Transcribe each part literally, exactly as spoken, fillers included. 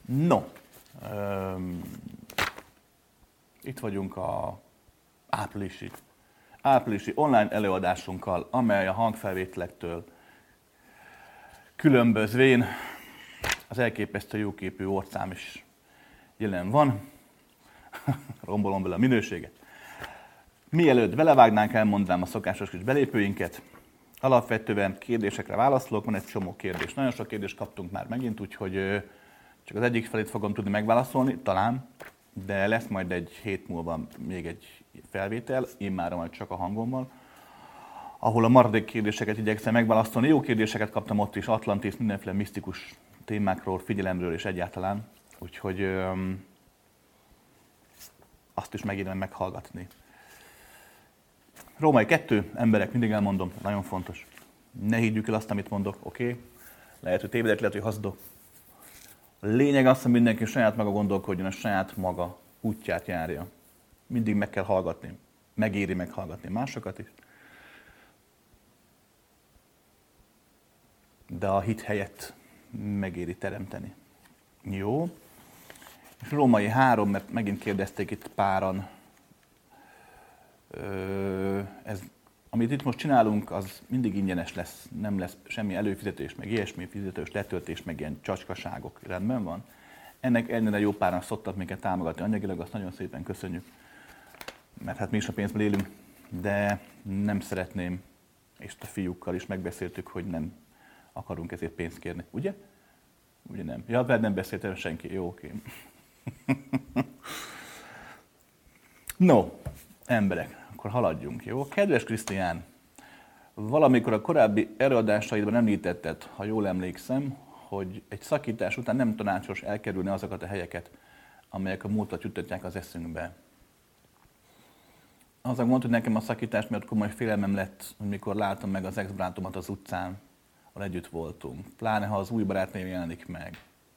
No, um, itt vagyunk a áprilisi, áprilisi online előadásunkkal, amely a hangfelvételektől különbözvén az elképesztő jóképű orcám is jelen van. Rombolom bele a minőséget. Mielőtt belevágnánk, elmondanám a szokásos kis belépőinket. Alapvetően kérdésekre válaszolok, van egy csomó kérdés. Nagyon sok kérdést kaptunk már megint, úgyhogy csak az egyik felét fogom tudni megválaszolni, talán, de lesz majd egy hét múlva még egy felvétel, én már majd csak a hangommal, ahol a maradék kérdéseket igyekszem megválaszolni. Jó kérdéseket kaptam ott is, Atlantis, mindenféle misztikus témákról, figyelemről és egyáltalán, úgyhogy öm, azt is megérem meghallgatni. Római kettő, emberek, mindig elmondom, nagyon fontos. Ne higgyük el azt, amit mondok, oké? Okay? Lehet, hogy tévedek, lehet, hogy hazudok. A lényeg az, hogy mindenki saját maga gondolkodjon, a saját maga útját járja. Mindig meg kell hallgatni. Megéri meghallgatni másokat is. De a hit helyett megéri teremteni. Jó. És Római három, mert megint kérdezték itt páran. Ez, amit itt most csinálunk, az mindig ingyenes lesz. Nem lesz semmi előfizetés, meg ilyesmi fizetős letöltés, meg ilyen csacskaságok. Rendben van? Ennek ellenére jó páran szoktak minket támogatni anyagilag, azt nagyon szépen köszönjük. Mert hát mi is a pénzből élünk, de nem szeretném, és a fiúkkal is megbeszéltük, hogy nem akarunk ezért pénzt kérni. Ugye? Ugye nem? Ja, veled nem beszéltem senki. Jó, oké. No, emberek. Akkor haladjunk, jó? Kedves Krisztián, valamikor a korábbi előadásaidban említetted, ha jól emlékszem, hogy egy szakítás után nem tanácsos elkerülni azokat a helyeket, amelyek a múltat jutatják az eszünkbe. Azzal mondta, hogy nekem a szakítás miatt komoly félelmem lett, amikor láttam meg az ex-barátomat az utcán, ahol együtt voltunk. Pláne, ha az új barátnőm jelenik meg.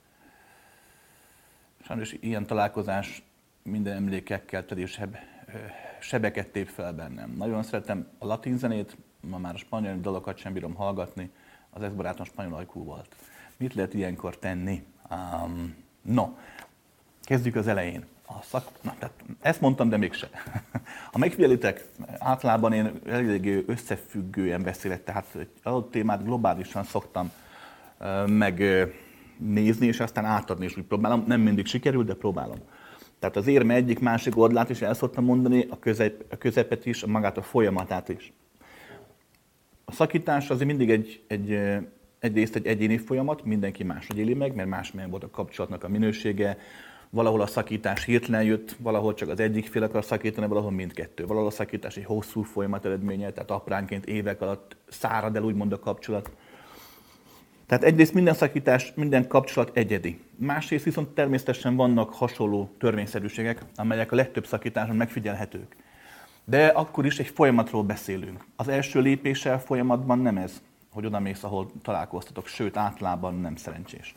Sajnos ilyen találkozás minden emlékekkel teli seb, sebeket tép fel bennem. Nagyon szeretem a latin zenét, ma már a spanyol dalokat sem bírom hallgatni, az ex-barátom spanyol ajkú volt. Mit lehet ilyenkor tenni? Um, no, kezdjük az elején. A szak... Na, tehát ezt mondtam, de mégse. Ha megfigyelitek, általában én elég összefüggően beszélek, tehát egy adott témát globálisan szoktam uh, megnézni, és aztán átadni is úgy próbálom. Nem mindig sikerül, de próbálom. Tehát az érme egyik másik oldalát is el szoktam mondani, a, közep, a közepet is, a magát a folyamatát is. A szakítás azért mindig egy, egy, egyrészt egy egyéni folyamat, mindenki máshogy éli meg, mert másmilyen volt a kapcsolatnak a minősége. Valahol a szakítás hirtelen jött, valahol csak az egyik fél akar szakítani, valahol mindkettő. Valahol a szakítás egy hosszú folyamat eredménye, tehát apránként évek alatt szárad el úgymond a kapcsolat. Tehát egyrészt minden szakítás, minden kapcsolat egyedi. Másrészt viszont természetesen vannak hasonló törvényszerűségek, amelyek a legtöbb szakításon megfigyelhetők. De akkor is egy folyamatról beszélünk. Az első lépése folyamatban nem ez, hogy odamész, ahol találkoztatok, sőt általában nem szerencsés.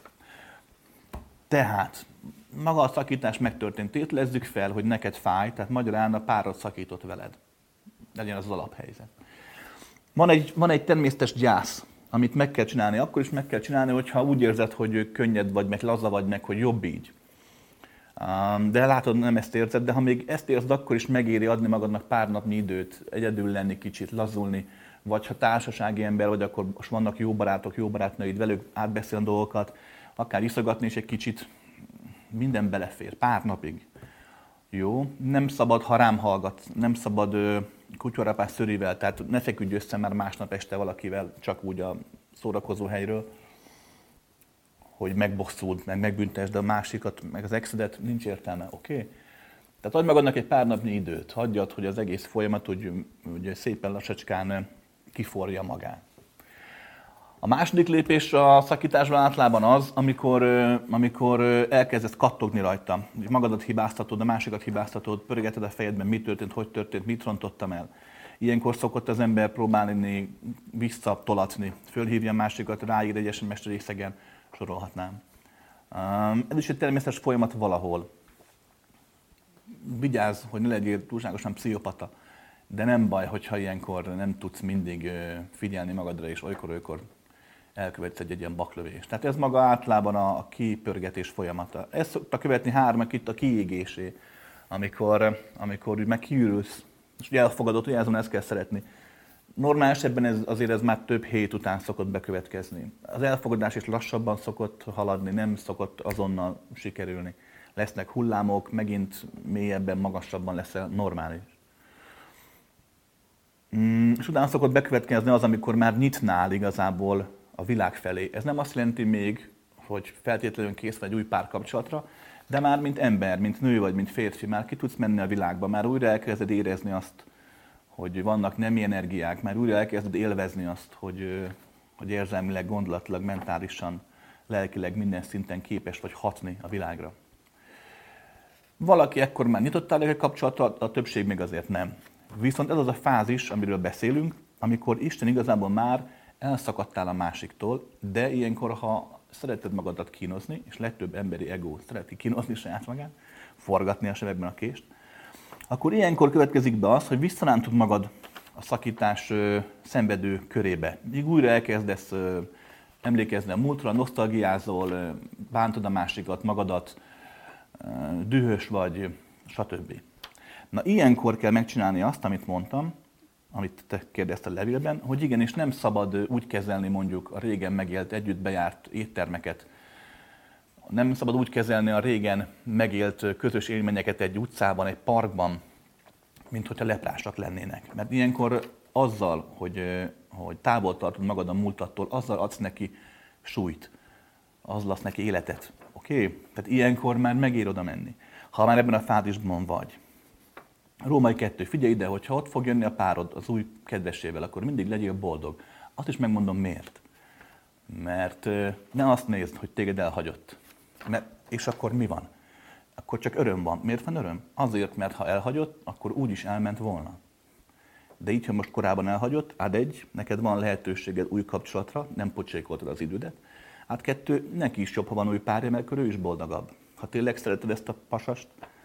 Tehát maga a szakítás megtörtént, tételezzük fel, hogy neked fáj, tehát magyarán a párod szakított veled. Legyen az az alaphelyzet. Van egy, van egy természetes gyász, amit meg kell csinálni, akkor is meg kell csinálni, hogyha úgy érzed, hogy könnyed vagy, meg laza vagy, meg hogy jobb így. De látod, nem ezt érzed, de ha még ezt érzed, akkor is megéri adni magadnak pár napnyi időt, egyedül lenni kicsit, lazulni, vagy ha társasági ember vagy, akkor most vannak jó barátok, jó barátnőid, velük átbeszélni dolgokat, akár iszogatni is egy kicsit, minden belefér, pár napig. Jó? Nem szabad, ha rám hallgat, nem szabad kutyarapás szörivel, tehát ne feküdj össze már másnap este valakivel, csak úgy a szórakozó helyről, hogy megbosszuld, meg megbüntesd a másikat, meg az exedet, nincs értelme, oké? Okay? Tehát adj magadnak egy pár napnyi időt, hagyjad, hogy az egész folyamat úgy, úgy szépen lassacskán kiforja magát. A második lépés a szakításban általában az, amikor, amikor elkezdesz kattogni rajta. Magadat hibáztatod, a másikat hibáztatod, pörgeted a fejedben, mi történt, hogy történt, mit rontottam el. Ilyenkor szokott az ember próbálni visszatolatni, fölhívja a másikat, ráír egy es em es részegen, sorolhatnám. Ez is egy természetes folyamat valahol. Vigyázz, hogy ne legyél túlságosan pszichopata, de nem baj, hogyha ilyenkor nem tudsz mindig figyelni magadra, és olykor-olykor elkövetsz egy, egy ilyen baklövést. Tehát ez maga általában a, a kipörgetés folyamata. Ez szokta követni hármak itt a kiégésé, amikor, amikor úgy meg kiürülsz, és ugye elfogadod, hogy azon ezt kell szeretni. Normál esetben ez, azért ez már több hét után szokott bekövetkezni. Az elfogadás is lassabban szokott haladni, nem szokott azonnal sikerülni. Lesznek hullámok, megint mélyebben, magasabban leszel normális. Mm, és utána szokott bekövetkezni az, amikor már nyitnál igazából a világ felé. Ez nem azt jelenti még, hogy feltétlenül kész vagy egy új párkapcsolatra, de már mint ember, mint nő vagy mint férfi, már ki tudsz menni a világba, már újra elkezded érezni azt, hogy vannak nemi energiák, már újra elkezded élvezni azt, hogy, hogy érzelmileg, gondolatilag, mentálisan, lelkileg minden szinten képes vagy hatni a világra. Valaki ekkor már nyitottál egy kapcsolatra, a többség még azért nem. Viszont ez az a fázis, amiről beszélünk, amikor Isten igazából már elszakadtál a másiktól, de ilyenkor, ha szereted magadat kínozni, és legtöbb emberi ego szereti kínozni saját magát, forgatni a sebekben a kést, akkor ilyenkor következik be az, hogy visszarántod magad a szakítás ö, szenvedő körébe. Míg újra elkezdesz ö, emlékezni a múltra, nosztalgiázol, ö, bántod a másikat, magadat, ö, dühös vagy, stb. Na, ilyenkor kell megcsinálni azt, amit mondtam, amit te kérdeztél a levélben, hogy igenis nem szabad úgy kezelni mondjuk a régen megélt, együtt bejárt éttermeket, nem szabad úgy kezelni a régen megélt közös élményeket egy utcában, egy parkban, mint hogyha leprásak lennének. Mert ilyenkor azzal, hogy, hogy távol tartod magad a múltattól, azzal adsz neki súlyt, azzal adsz neki életet. Oké? Okay? Tehát ilyenkor már megér oda menni, ha már ebben a fázisban vagy. Római kettő, figyelj ide, hogyha ott fog jönni a párod az új kedvesével, akkor mindig legyél boldog. Azt is megmondom miért. Mert ne azt nézd, hogy téged elhagyott. Mert, és akkor mi van? Akkor csak öröm van. Miért van öröm? Azért, mert ha elhagyott, akkor úgy is elment volna. De így, ha most korábban elhagyott, át egy, neked van lehetőséged új kapcsolatra, nem pocsékoltad az idődet. Át kettő, neki is jobb, ha van új párja, mert akkor ő is boldogabb. Ha tényleg szereted ezt a pasast,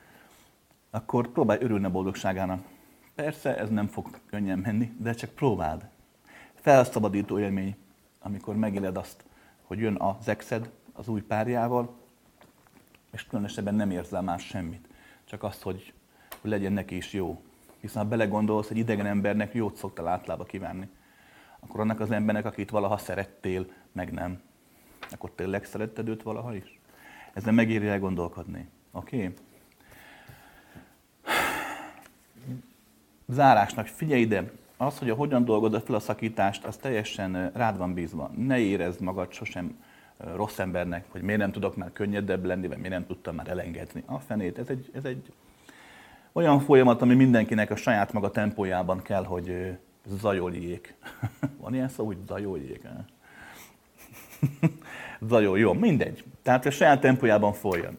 akkor próbálj örülni a boldogságának. Persze, ez nem fog könnyen menni, de csak próbáld. Felszabadító élmény, amikor megéled azt, hogy jön az exed az új párjával, és különösebben nem érzel más semmit. Csak azt, hogy, hogy legyen neki is jó. Hiszen ha belegondolsz, egy idegen embernek jót szoktál általában kívánni. Akkor annak az embernek, akit valaha szerettél, meg nem. Akkor tényleg szeretted őt valaha is? Ezen megéri elgondolkodni. Oké? Okay? Zárásnak, figyelj ide! Az, hogy a hogyan dolgozod fel a szakítást, az teljesen rád van bízva. Ne érezd magad sosem rossz embernek, hogy miért nem tudok már könnyedebb lenni, vagy miért nem tudtam már elengedni. A fenét, ez egy, ez egy olyan folyamat, ami mindenkinek a saját maga tempójában kell, hogy zajoljék. Van ilyen szó, hogy zajoljék? Zajol, jó, mindegy. Tehát a saját tempójában folyjon.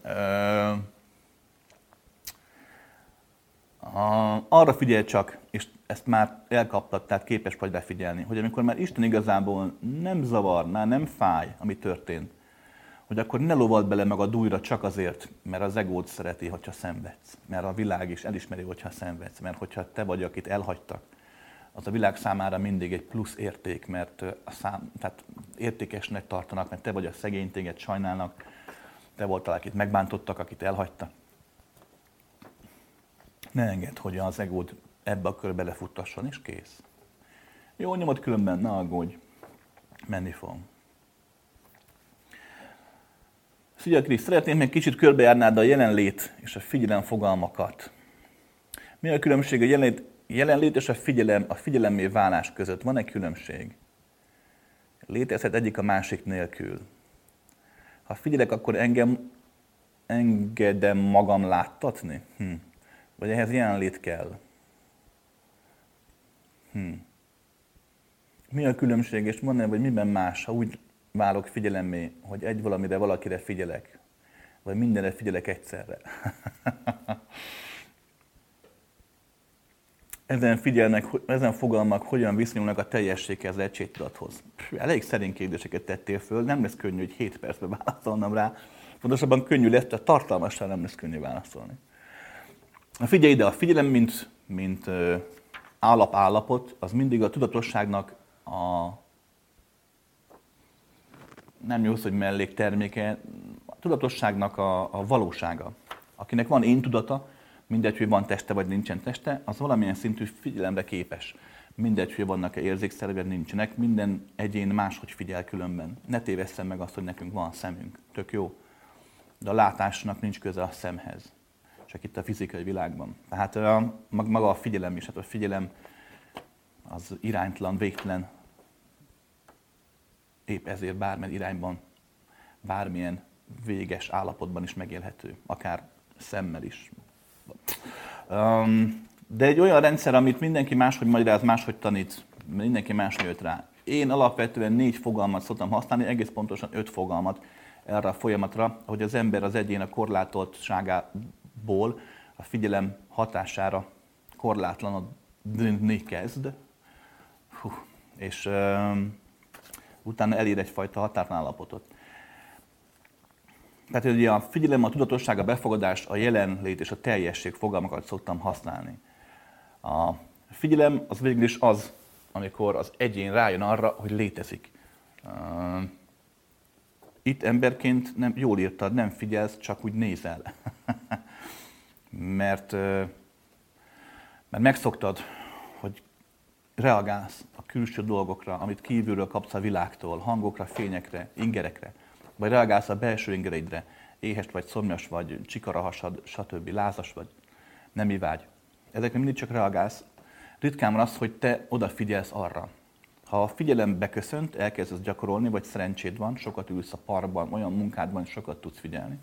Arra figyelj csak, és ezt már elkaptad, tehát képes vagy befigyelni, hogy amikor már Isten igazából nem zavar, már nem fáj, ami történt, hogy akkor ne lovald bele magad újra csak azért, mert az egót szereti, hogyha szenvedsz, mert a világ is elismeri, hogyha szenvedsz, mert hogyha te vagy, akit elhagytak, az a világ számára mindig egy plusz érték, mert a szám, tehát értékesnek tartanak, mert te vagy a szegény, téged sajnálnak, te voltál, akit megbántottak, akit elhagytak. Ne engedd, hogy az egód ebbe a körbe lefuttasson, és kész. Jó, nyomod különben, ne aggódj, menni fog. Figyelj, Krisz, szeretném még kicsit körbejárnád a jelenlét és a figyelem fogalmakat. Mi a különbség a jelenlét, jelenlét és a figyelem, a figyelemmé válás között? Van egy különbség? Létezhet egyik a másik nélkül. Ha figyelek, akkor engem engedem magam láttatni? Hm. Vagy ehhez jelenlét kell? Hm. Mi a különbség, és mondanám, hogy miben más, ha úgy válok figyelemmé, hogy egy valamire, valakire figyelek, vagy mindenre figyelek egyszerre. Ezen figyelnek, ezen fogalmak hogyan viszonyulnak a teljességhez, az egységtudathoz. Elég szerény kérdéseket tettél föl, nem lesz könnyű, hogy hét percben válaszolnom rá. Pontosabban könnyű lesz, de tartalmasan nem lesz könnyű válaszolni. Figyelj ide, a figyelem, mint, mint állap-állapot, az mindig a tudatosságnak a nem jó, hogy mellékterméke, a tudatosságnak a, a valósága. Akinek van én tudata, mindegy, hogy van teste vagy nincsen teste, az valamilyen szintű figyelemre képes. Mindegy, hogy vannak-e érzékszervek, minden minden egyén máshogy figyel különben. Ne tévesszem meg azt, hogy nekünk van szemünk. Tök jó. De a látásnak nincs köze a szemhez. Csak itt a fizikai világban. Tehát maga a figyelem is, hát a figyelem az iránytlan, végtelen, épp ezért bármilyen irányban, bármilyen véges állapotban is megélhető, akár szemmel is. De egy olyan rendszer, amit mindenki máshogy magyaráz, máshogy tanít, mindenki máshogy jött rá. Én alapvetően négy fogalmat szoktam használni, egész pontosan öt fogalmat erre a folyamatra, hogy az ember az egyén a korlátoltságából a figyelem hatására korlátlanodni kezd, Hú, és um, utána elér egyfajta határtalan állapotot. Tehát ugye a figyelem, a tudatosság, a befogadás, a jelenlét és a teljesség fogalmakat szoktam használni. A figyelem az végül is az, amikor az egyén rájön arra, hogy létezik. Uh, itt emberként nem, jól írtad, nem figyelsz, csak úgy nézel. mert, uh, mert megszoktad, hogy reagálsz a külső dolgokra, amit kívülről kapsz a világtól, hangokra, fényekre, ingerekre, vagy reagálsz a belső ingereidre, éhes vagy, szomjas vagy, csikarahasad, stb., lázas vagy, nemi vágy. Ezekre mindig csak reagálsz. Ritkán van az, hogy te odafigyelsz arra. Ha a figyelem beköszönt, elkezdesz gyakorolni, vagy szerencséd van, sokat ülsz a parkban, olyan munkádban, sokat tudsz figyelni,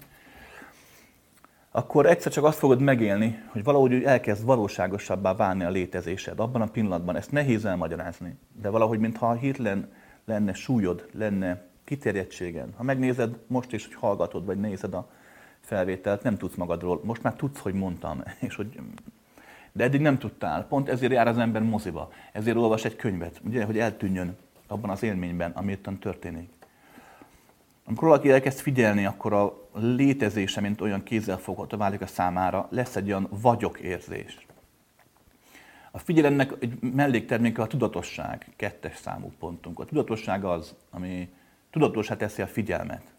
akkor egyszer csak azt fogod megélni, hogy valahogy elkezd valóságosabbá válni a létezésed. Abban a pillanatban ezt nehéz elmagyarázni, de valahogy mintha hirtelen lenne súlyod, lenne kiterjedtséged. Ha megnézed most is, hogy hallgatod, vagy nézed a felvételt, nem tudsz magadról. Most már tudsz, hogy mondtam, és hogy... de eddig nem tudtál. Pont ezért jár az ember moziba. Ezért olvas egy könyvet, ugye, hogy eltűnjön abban az élményben, ami itt történik. Amikor valaki elkezd figyelni, akkor a létezése, mint olyan kézzelfogható válik a számára, lesz egy olyan vagyok érzés. A figyelemnek egy mellékterméke a tudatosság, kettes számú pontunk. A tudatosság az, ami tudatossá teszi a figyelmet.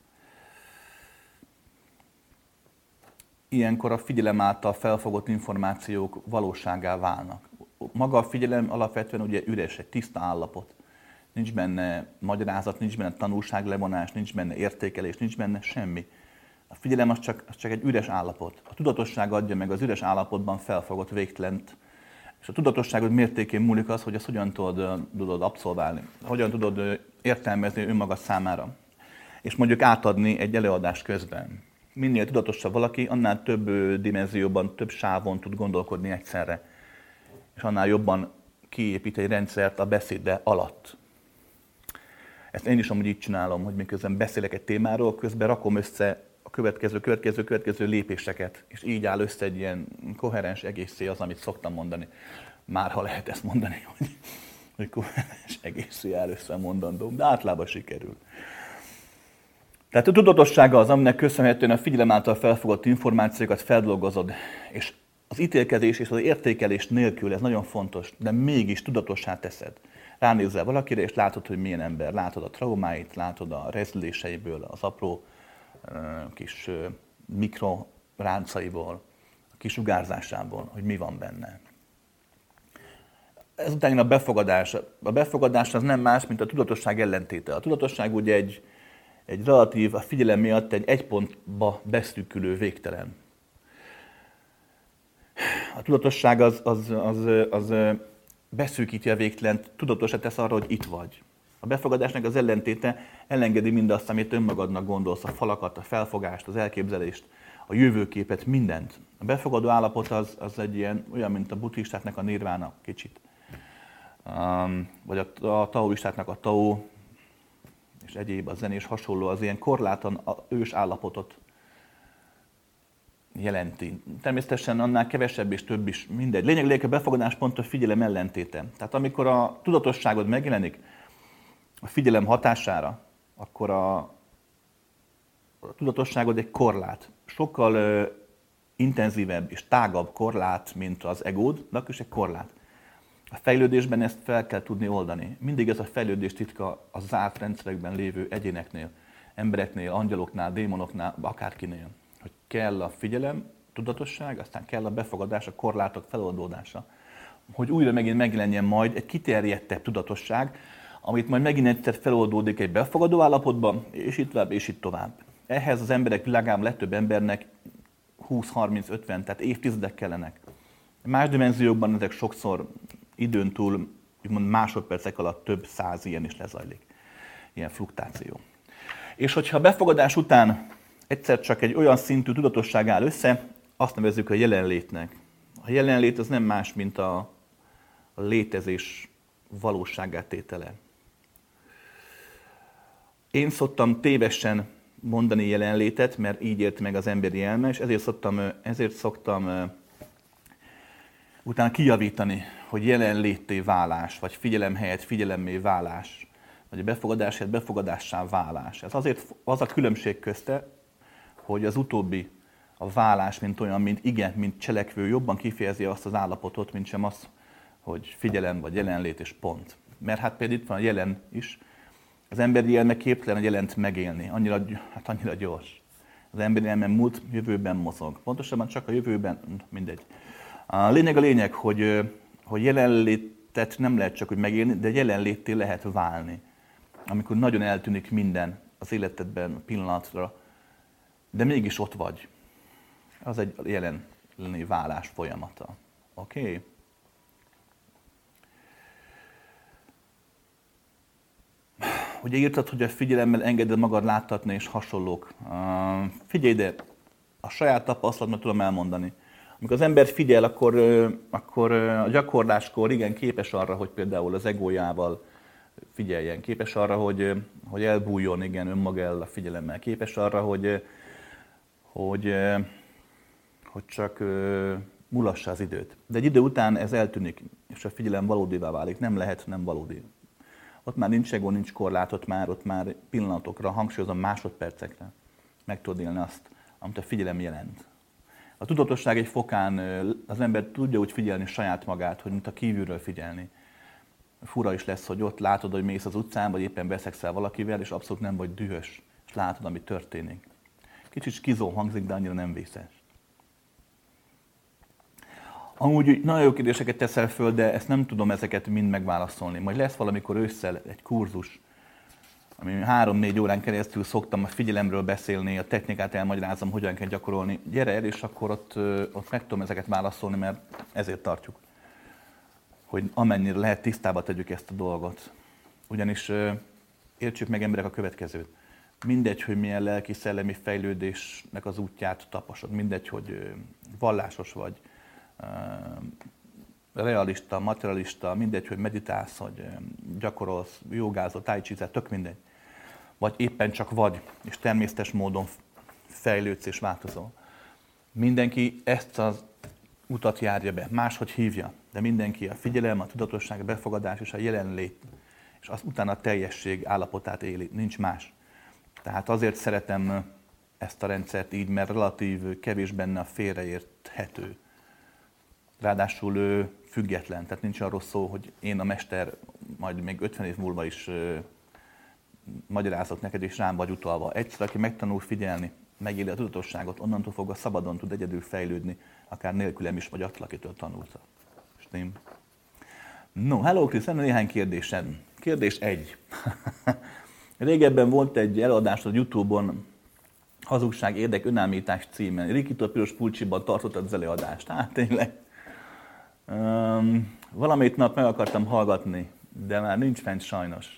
Ilyenkor a figyelem által felfogott információk valóságá válnak. Maga a figyelem alapvetően ugye üres, egy tiszta állapot. Nincs benne magyarázat, nincs benne tanulságlevonás, nincs benne értékelés, nincs benne semmi. A figyelem az csak, az csak egy üres állapot. A tudatosság adja meg az üres állapotban felfogott végtelent. És a tudatosságod mértékén múlik az, hogy ezt hogyan tudod, tudod abszolválni, hogyan tudod értelmezni önmagad számára. És mondjuk átadni egy előadás közben. Minél tudatosabb valaki, annál több dimenzióban, több sávon tud gondolkodni egyszerre. És annál jobban kiépít egy rendszert a beszéde alatt. Ezt én is amúgy így csinálom, hogy miközben beszélek egy témáról, közben rakom össze a következő, következő, következő lépéseket, és így áll össze egy ilyen koherens egészé az, amit szoktam mondani. Már ha lehet ezt mondani, hogy, hogy koherens egészé áll össze a mondandóm, de általában sikerül. Tehát a tudatossága az, aminek köszönhetően a figyelem által felfogott információkat feldolgozod, és az ítélkezés és az értékelés nélkül, ez nagyon fontos, de mégis tudatossá teszed. Ránézzel valakire, és látod, hogy milyen ember. Látod a traumáit, látod a rezüléseiből, az apró uh, kis uh, mikroráncaiból, a kisugárzásából, hogy mi van benne. Ezután a befogadás. A befogadás az nem más, mint a tudatosság ellentéte. A tudatosság ugye egy, egy relatív, a figyelem miatt egy egy pontba beszűkülő végtelen. A tudatosság az, az, az, az, az beszűkíti a végtelent, tudatosá tesz arra, hogy itt vagy. A befogadásnak az ellentéte elengedi mindazt, amit önmagadnak gondolsz, a falakat, a felfogást, az elképzelést, a jövőképet, mindent. A befogadó állapot az, az egy ilyen, olyan, mint a buddhistáknak a nirvána kicsit. Um, vagy a, a taoistáknak a tao, és egyéb a zenés hasonló, az ilyen korlátlan ős állapotot jelenti. Természetesen annál kevesebb és több is, mindegy. Lényegileg a befogadás pont a figyelem ellentéte. Tehát amikor a tudatosságod megjelenik a figyelem hatására, akkor a, a tudatosságod egy korlát. Sokkal uh, intenzívebb és tágabb korlát, mint az egód, de akkor is egy korlát. A fejlődésben ezt fel kell tudni oldani. Mindig ez a fejlődés titka a zárt rendszerekben lévő egyéneknél, embereknél, angyaloknál, démonoknál, akárkinél. Hogy kell a figyelem, tudatosság, aztán kell a befogadás, a korlátok feloldódása. Hogy újra megint megjelenjen majd egy kiterjedtebb tudatosság, amit majd megint egyszer feloldódik egy befogadó állapotban, és itt tovább, és itt tovább. Ehhez az emberek világában legtöbb embernek húsz, harminc, ötven, tehát évtizedek kellenek. Más dimenziókban ezek sokszor időn túl, úgymond másodpercek alatt több száz ilyen is lezajlik. Ilyen fluktuáció. És hogyha a befogadás után egyszer csak egy olyan szintű tudatosság áll össze, azt nevezzük a jelenlétnek. A jelenlét az nem más, mint a, a létezés valóságát tétele. Én szoktam tévesen mondani jelenlétet, mert így ért meg az emberi elme, és ezért szoktam, ezért szoktam utána kijavítani, hogy jelenlétté válás, vagy figyelem helyett figyelemmé válás, vagy a befogadás helyett befogadássá válás. Ez azért az a különbség közte, hogy az utóbbi, a válás, mint olyan, mint igen, mint cselekvő, jobban kifejezi azt az állapotot, mint sem az, hogy figyelem, vagy jelenlét, és pont. Mert hát például itt van a jelen is. Az emberi elme képtelen a jelent megélni, annyira, hát annyira gyors. Az emberi elme múlt, jövőben mozog. Pontosabban csak a jövőben, mindegy. A lényeg a lényeg, hogy, hogy jelenlétet nem lehet csak úgy megélni, de jelenlétté lehet válni. Amikor nagyon eltűnik minden az életedben pillanatra, de mégis ott vagy. Az egy jelenléti válás folyamata. Oké? Okay? Ugye írtad, hogy a figyelemmel engeded magad láttatni és hasonlók. Uh, figyelj ide, a saját tapasztalatomat tudom elmondani. Amikor az ember figyel, akkor, akkor a gyakorláskor igen képes arra, hogy például az egójával figyeljen. Képes arra, hogy, hogy elbújjon igen önmaga el a figyelemmel. Képes arra, hogy, hogy, hogy csak mulassa az időt. De egy idő után ez eltűnik, és a figyelem valódivá válik. Nem lehet nem valódi. Ott már nincs egó, nincs korlát, ott már, ott már pillanatokra, hangsúlyozom másodpercekre meg tudod élni azt, amit a figyelem jelent. A tudatosság egy fokán az ember tudja úgy figyelni saját magát, hogy mint a kívülről figyelni. Fura is lesz, hogy ott látod, hogy mész az utcán, vagy éppen beszekszel valakivel, és abszolút nem vagy dühös, és látod, ami történik. Kicsit skizó hangzik, de annyira nem vészes. Amúgy nagyon jó kérdéseket teszel föl, de ezt nem tudom ezeket mind megválaszolni. Majd lesz valamikor ősszel egy kurzus, ami három-négy órán keresztül szoktam a figyelemről beszélni, a technikát elmagyarázom, hogyan kell gyakorolni. Gyere el, és akkor ott, ott meg tudom ezeket válaszolni, mert ezért tartjuk, hogy amennyire lehet tisztába tegyük ezt a dolgot. Ugyanis értsük meg emberek a következőt. Mindegy, hogy milyen lelki-szellemi fejlődésnek az útját taposod, mindegy, hogy vallásos vagy, realista, materialista, mindegy, hogy meditálsz, hogy gyakorolsz, jogázol, tájcsizál, tök mindegy. Vagy éppen csak vagy, és természetes módon fejlődsz és változol. Mindenki ezt az utat járja be, máshogy hívja, de mindenki a figyelem, a tudatosság, a befogadás és a jelenlét, és az utána a teljesség állapotát éli, nincs más. Tehát azért szeretem ezt a rendszert így, mert relatív kevés benne a félreérthető. Ráadásul ő független, tehát nincs arról szó, hogy én a mester majd még ötven év múlva is ö, magyarázok neked, és rám vagy utalva. Egyszer, aki megtanul figyelni, megéli a tudatosságot, onnantól fogva szabadon tud egyedül fejlődni, akár nélkülem is, vagy attól, akitől tanulta. Stim? No, hello Krisz, lenne néhány kérdésem. Kérdés egy. Régebben volt egy előadás a YouTube-on, Hazugság, érdek, önállítás címen. Rikító Piros Pulcsiban tartottad az előadást. Hát tényleg. Um, valamelyik nap meg akartam hallgatni, de már nincs fent sajnos.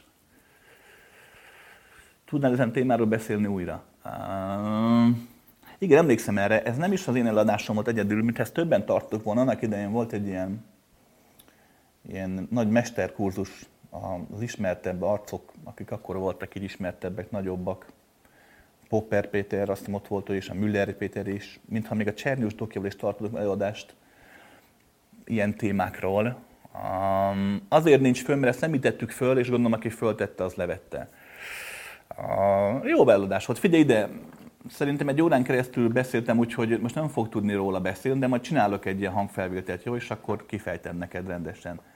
Tudnál ezen témáról beszélni újra? Um, igen, emlékszem erre, ez nem is az én eladásom volt egyedül, mint ezt többen tartottak volna. Annak idején volt egy ilyen, ilyen nagy mesterkurzus, az ismertebb arcok, akik akkor voltak így ismertebbek, nagyobbak. Popper Péter, azt ott volt ő is, a Müller Péter is, mintha még a Csernyus Dokival is tartottak előadást ilyen témákról. Um, azért nincs föl, mert ezt nem ítettük föl, és gondolom, aki föltette, az levette. Uh, jó előadás volt. Figyelj ide, szerintem egy órán keresztül beszéltem, úgyhogy most nem fog tudni róla beszélni, de majd csinálok egy ilyen hangfelvételt, jó, és akkor kifejtem neked rendesen.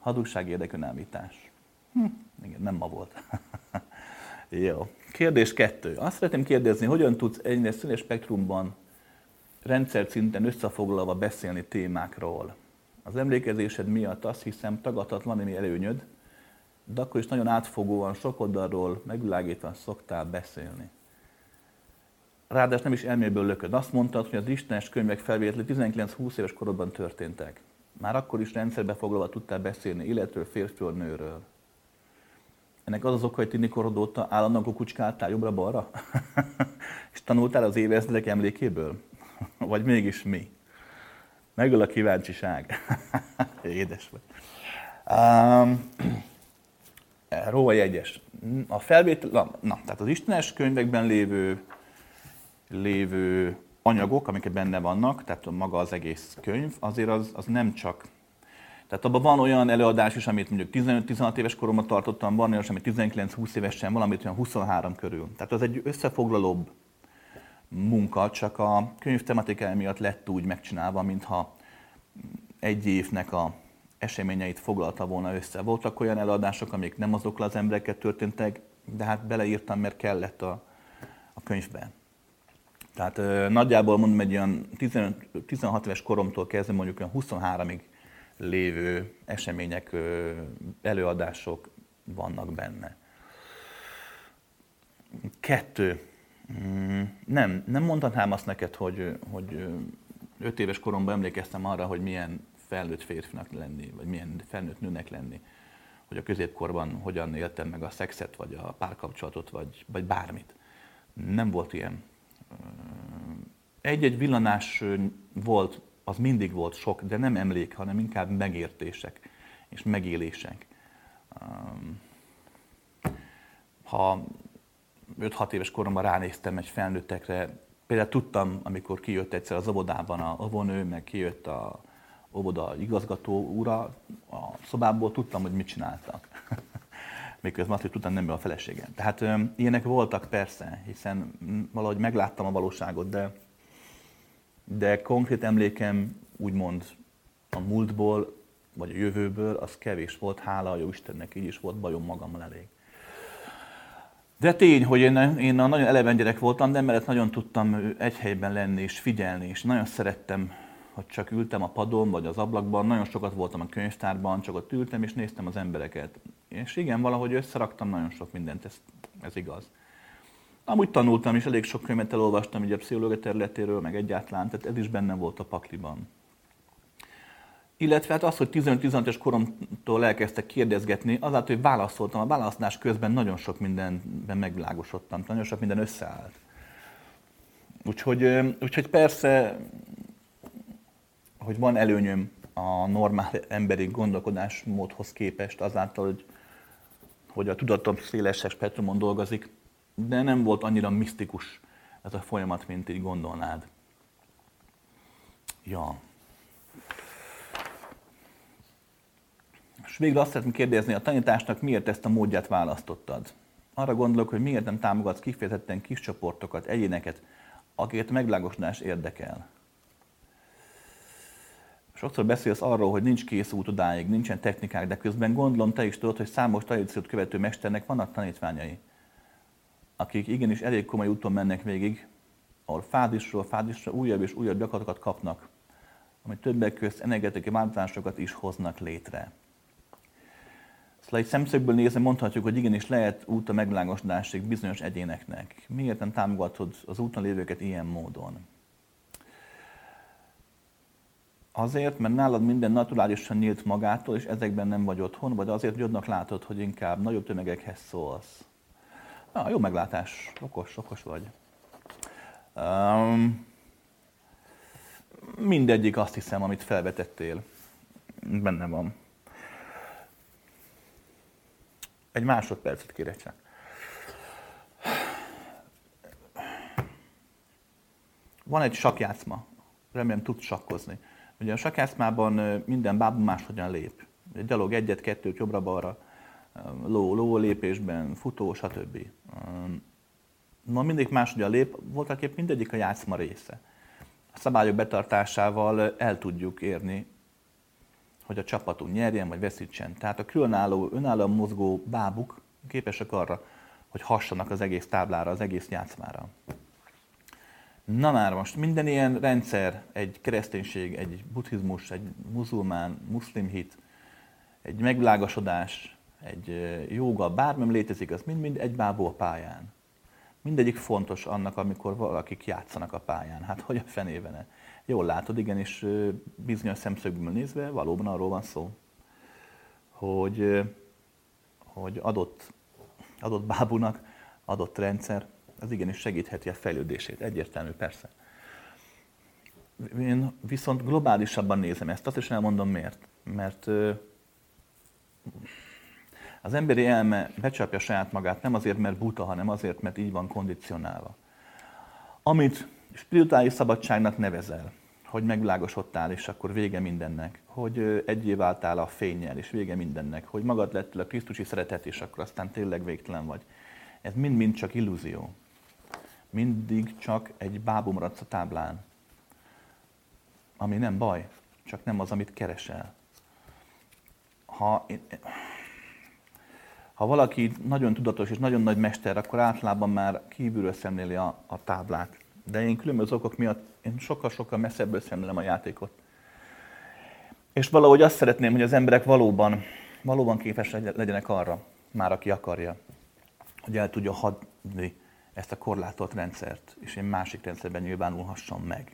Hadugság, érdekönállítás. Hm, igen, nem ma volt. Jó. Kérdés kettő. Azt szeretném kérdezni, hogyan tudsz ennyire széles spektrumban rendszer-szinten összefoglalva beszélni témákról? Az emlékezésed miatt azt hiszem tagadhatatlan némi előnyöd, de akkor is nagyon átfogóan, sok oldalról megvilágítva szoktál beszélni. Ráadásul nem is elméből lököd. Azt mondtad, hogy az istenes könyvek felvételi tizenkilenc-húsz éves korodban történtek. Már akkor is rendszerbe foglalva tudtál beszélni életről, férfiról, nőről. Ennek az az oka, hogy tini korod óta állandóan kukucskáltál jobbra-balra? És tanultál az évezredek emlékéből? Vagy mégis mi? Megöl a kíváncsiság. Édes vagy. Um, Róla jegyes. A felvétel, na, na, tehát az istenes könyvekben lévő, lévő anyagok, amik benne vannak, tehát maga az egész könyv, azért az, az nem csak. Tehát abban van olyan előadás is, amit mondjuk tizenöt-tizenhat éves koromban tartottam, van olyan, amit tizenkilenc-húsz évesen, valamit olyan huszonhárom körül. Tehát az egy összefoglalóbb munka, csak a könyv tematikája miatt lett úgy megcsinálva, mintha egy évnek a eseményeit foglalta volna össze. Voltak olyan előadások, amik nem azokkal az emberekkel történtek, de hát beleírtam, mert kellett a, a könyvben. Tehát ö, nagyjából mondom, egy olyan tizenhat éves koromtól kezdve mondjuk olyan huszonháromig lévő események, ö, előadások vannak benne. Kettő. Nem, nem mondhatnám azt neked, hogy, hogy öt éves koromban emlékeztem arra, hogy milyen felnőtt férfinak lenni, vagy milyen felnőtt nőnek lenni, hogy a középkorban hogyan éltem meg a szexet, vagy a párkapcsolatot, vagy, vagy bármit. Nem volt ilyen. Egy-egy villanás volt, az mindig volt sok, de nem emlék, hanem inkább megértések és megélések. Ha öt-hat éves koromban ránéztem egy felnőttekre, például tudtam, amikor kijött egyszer az óvodában a óvónő, meg kijött a óvoda igazgató ura a szobából, tudtam, hogy mit csináltak. Miközben azt, hogy tudtam, nem ő a feleségem. Tehát ö, ilyenek voltak persze, hiszen valahogy megláttam a valóságot, de, de konkrét emlékem úgymond a múltból, vagy a jövőből, az kevés volt, hála a jó Istennek, így is volt bajom magammal elég. De tény, hogy én, én a nagyon eleven gyerek voltam, de emellett nagyon tudtam egy helyben lenni és figyelni, és nagyon szerettem, hogy csak ültem a padon vagy az ablakban, nagyon sokat voltam a könyvtárban, csak ott ültem és néztem az embereket. És igen, valahogy összeraktam nagyon sok mindent, ez, ez igaz. Amúgy tanultam is, elég sok könyvet elolvastam így a pszichológia területéről, meg egyáltalán, tehát ez is bennem volt a pakliban. Illetve hát az, hogy tizenöt-tizenhat éves koromtól elkezdtek kérdezgetni, azáltal, hogy válaszoltam, a választás közben nagyon sok mindenben megvilágosodtam, nagyon sok minden összeállt. Úgyhogy, úgyhogy persze, hogy van előnyöm a normál emberi gondolkodásmódhoz képest azáltal, hogy, hogy a tudatom szélesebb spektrumon dolgozik, de nem volt annyira misztikus ez a folyamat, mint így gondolnád. Ja. És végre azt szeretném kérdezni, a tanításnak miért ezt a módját választottad? Arra gondolok, hogy miért nem támogatsz kifejezetten kis csoportokat, egyéneket, akiket a megvilágosodás érdekel. Sokszor beszélsz arról, hogy nincs kész út odáig, nincsen technikák, de közben gondolom te is tudod, hogy számos tradíciót követő mesternek vannak tanítványai, akik igenis elég komoly úton mennek végig, ahol fázisról fázisra újabb és újabb gyakorlatokat kapnak, ami többek közt energetikai változásokat is hoznak létre. Szóval egy szemszögből nézve mondhatjuk, hogy igenis lehet út a megvilágosodásig bizonyos egyéneknek. Miért nem támogatod az úton lévőket ilyen módon? Azért, mert nálad minden naturálisan nyílt magától, és ezekben nem vagy otthon, vagy azért, hogy odnak látod, hogy inkább nagyobb tömegekhez szólsz. Na, jó meglátás, okos, okos vagy. Um, mindegyik azt hiszem, amit felvetettél, benne van. Egy másodpercet kérek csak. Van egy sakkjátszma, remélem tudsz sakkozni. Ugye a sakkjátszmában minden bábú máshogyan lép. Gyalog egyet, kettőt, jobbra-balra, ló, ló lépésben, futó, stb. Ma mindig máshogyan lép, voltaképp mindegyik a játszma része. A szabályok betartásával el tudjuk érni, hogy a csapatunk nyerjen vagy veszítsen. Tehát a különálló, önállóan mozgó bábuk képesek arra, hogy hassanak az egész táblára, az egész játszmára. Na már most minden ilyen rendszer, egy kereszténység, egy buddhizmus, egy muzulmán, muszlim hit, egy megvilágosodás, egy jóga, bármilyen létezik, az mind-mind egy bábú a pályán. Mindegyik fontos annak, amikor valakik játszanak a pályán. Hát hogy a fenében? Jól látod, igenis bizonyos szemszögből nézve valóban arról van szó, hogy, hogy adott, adott bábúnak, adott rendszer, az igenis segítheti a fejlődését. Egyértelmű, persze. Én viszont globálisabban nézem ezt, azt is elmondom miért. Mert az emberi elme becsapja saját magát nem azért, mert buta, hanem azért, mert így van kondicionálva. Amit spirituális szabadságnak nevezel, hogy megvilágosodtál, és akkor vége mindennek, hogy egyé váltál a fénnyel, és vége mindennek, hogy magad lettél a krisztusi szeretet, és akkor aztán tényleg végtelen vagy. Ez mind-mind csak illúzió. Mindig csak egy bábú maradsz a táblán. Ami nem baj, csak nem az, amit keresel. Ha, ha valaki nagyon tudatos és nagyon nagy mester, akkor általában már kívülről szemléli a, a táblát. De én különböző okok miatt én sokkal-sokkal messzebből szemlélem a játékot. És valahogy azt szeretném, hogy az emberek valóban, valóban képesek legyenek arra, már aki akarja, hogy el tudja hadni ezt a korlátolt rendszert, és én másik rendszerben nyilvánulhasson meg.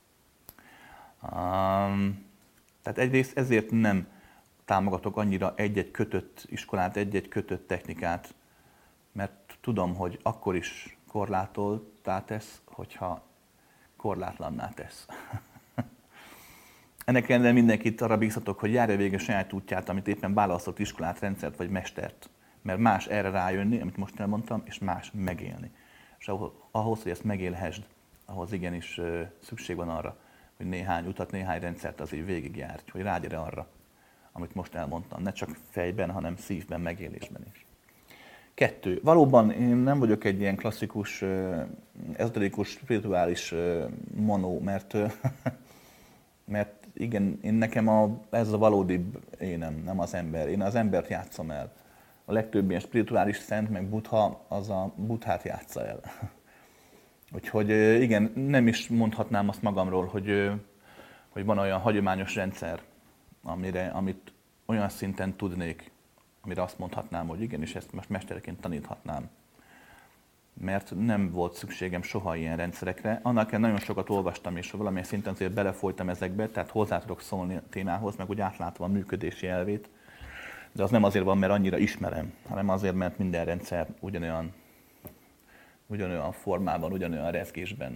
Um, tehát egyrészt ezért nem támogatok annyira egy-egy kötött iskolát, egy-egy kötött technikát, mert tudom, hogy akkor is korlátoltá tesz, hogyha korlátlanná tesz. Ennek ellenére mindenkit arra bíztatok, hogy járja végig a saját útját, amit éppen választott iskolát, rendszert vagy mestert. Mert más erre rájönni, amit most elmondtam, és más megélni. És ahhoz, hogy ezt megélhessd, ahhoz igenis szükség van arra, hogy néhány utat, néhány rendszert azért végigjárj, hogy rágyere arra, amit most elmondtam. Ne csak fejben, hanem szívben, megélésben is. Kettő. Valóban én nem vagyok egy ilyen klasszikus, ezoterikus, spirituális monó, mert, mert igen, én nekem a, ez a valódi énem, nem az ember. Én az embert játszom el. A legtöbb ilyen spirituális szent, meg buddha, az a buddhát játsza el. Úgyhogy igen, nem is mondhatnám azt magamról, hogy, hogy van olyan hagyományos rendszer, amire, amit olyan szinten tudnék, amire azt mondhatnám, hogy igen, és ezt most mesterként taníthatnám. Mert nem volt szükségem soha ilyen rendszerekre. Annak nagyon sokat olvastam, és valamilyen szinten azért belefolytam ezekbe, tehát hozzá tudok szólni a témához, meg úgy átlátom a működési elvét. De az nem azért van, mert annyira ismerem, hanem azért, mert minden rendszer ugyanolyan, ugyanolyan formában, ugyanolyan rezgésben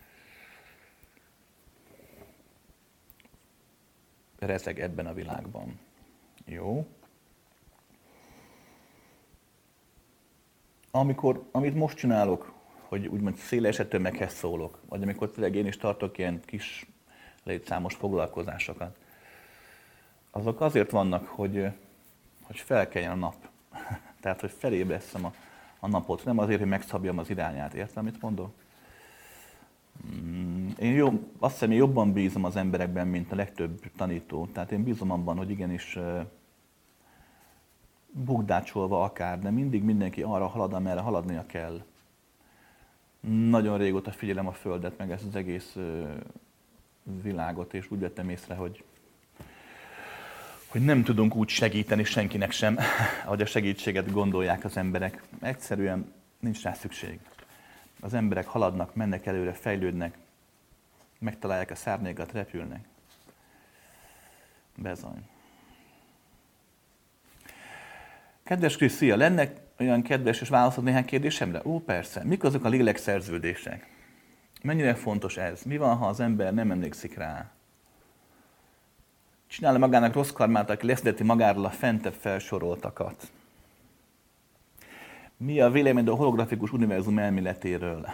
rezeg ebben a világban. Jó? Amikor, amit most csinálok, hogy úgymond szélesebb tömeghez szólok, vagy amikor tényleg én is tartok ilyen kis létszámos foglalkozásokat, azok azért vannak, hogy, hogy felkeljen a nap. Tehát, hogy felébresztem a, a napot. Nem azért, hogy megszabjam az irányát. Érted, amit mondok? Én jó, azt hiszem, én jobban bízom az emberekben, mint a legtöbb tanító. Tehát én bízom abban, hogy igenis bukdácsolva akár, de mindig mindenki arra halad, amerre haladnia kell. Nagyon régóta figyelem a Földet, meg ezt az egész világot, és úgy vettem észre, hogy, hogy nem tudunk úgy segíteni senkinek sem, ahogy a segítséget gondolják az emberek. Egyszerűen nincs rá szükség. Az emberek haladnak, mennek előre, fejlődnek, megtalálják a szárnyaikat, repülnek. Bezony. Kedves Krisz, szia! Lenne olyan kedves, és válaszolod néhány kérdésemre? Ó, persze. Mik azok a lélekszerződések? Mennyire fontos ez? Mi van, ha az ember nem emlékszik rá? Csinál magának rossz karmát, aki leszedeti magáról a fentebb felsoroltakat? Mi a véleményed a holografikus univerzum elméletéről?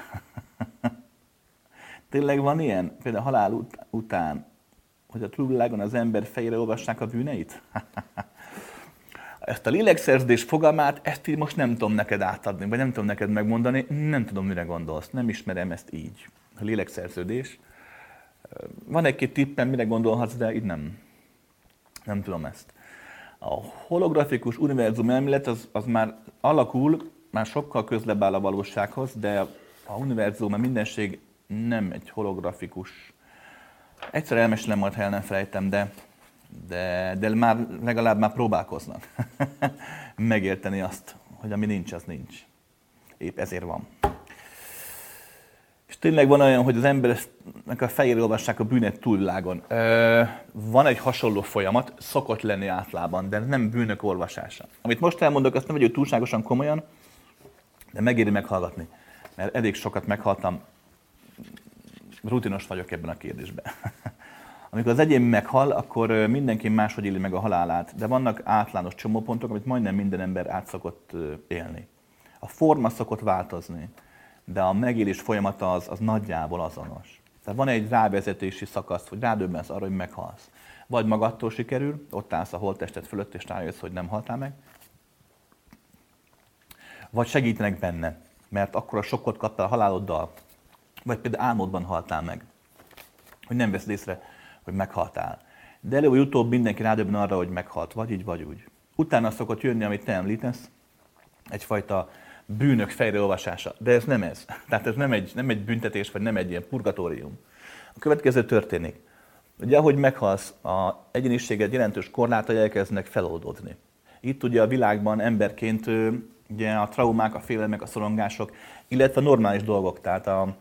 Tényleg van ilyen? Például halál ut- után, hogy a túlvilágon az ember fejére olvassák a bűneit? Ezt a lélekszerződés fogalmát, ezt így most nem tudom neked átadni, vagy nem tudom neked megmondani, nem tudom, mire gondolsz, nem ismerem ezt így. A lélekszerződés. Van egy-két tippem, mire gondolhatsz, de így nem. Nem tudom ezt. A holografikus univerzum elmélet az, az már alakul, már sokkal közelebb áll a valósághoz, de a univerzum, a mindenség nem egy holografikus. Egyszer elmesélem, majd ha el nem felejtem, de, de, de már legalább már próbálkoznak megérteni azt, hogy ami nincs, az nincs. Épp ezért van. És tényleg van olyan, hogy az embernek a fejére olvassák a bűnet túlvilágon. Van egy hasonló folyamat, szokott lenni általában, de nem bűnök olvasása. Amit most elmondok, azt nem vegyük túlságosan komolyan, de megéri meghallgatni. Mert elég sokat meghaltam, rutinos vagyok ebben a kérdésben. Amikor az egyén meghal, akkor mindenki máshogy éli meg a halálát, de vannak általános csomópontok, amit majdnem minden ember át szokott élni. A forma szokott változni, de a megélés folyamata az, az nagyjából azonos. Tehát van egy rávezetési szakasz, hogy rádöbbensz arra, hogy meghalsz. Vagy magadtól sikerül, ott állsz a holttested fölött, és rájössz, hogy nem haltál meg. Vagy segítenek benne, mert akkor a sokkot kaptál a haláloddal. Vagy például álmodban haltál meg, hogy nem veszed észre, hogy meghaltál. De előbb vagy utóbb mindenki rádöbben arra, hogy meghalt, vagy így, vagy úgy. Utána szokott jönni, amit te említesz, egyfajta bűnök fejreolvasása. De ez nem ez. Tehát ez nem egy, nem egy büntetés, vagy nem egy ilyen purgatórium. A következő történik. Ugye, ahogy meghalsz, az egyéniséged jelentős korlátai elkezdenek feloldódni. Itt ugye a világban emberként ugye a traumák, a félelmek, a szorongások, illetve a normális dolgok, tehát a,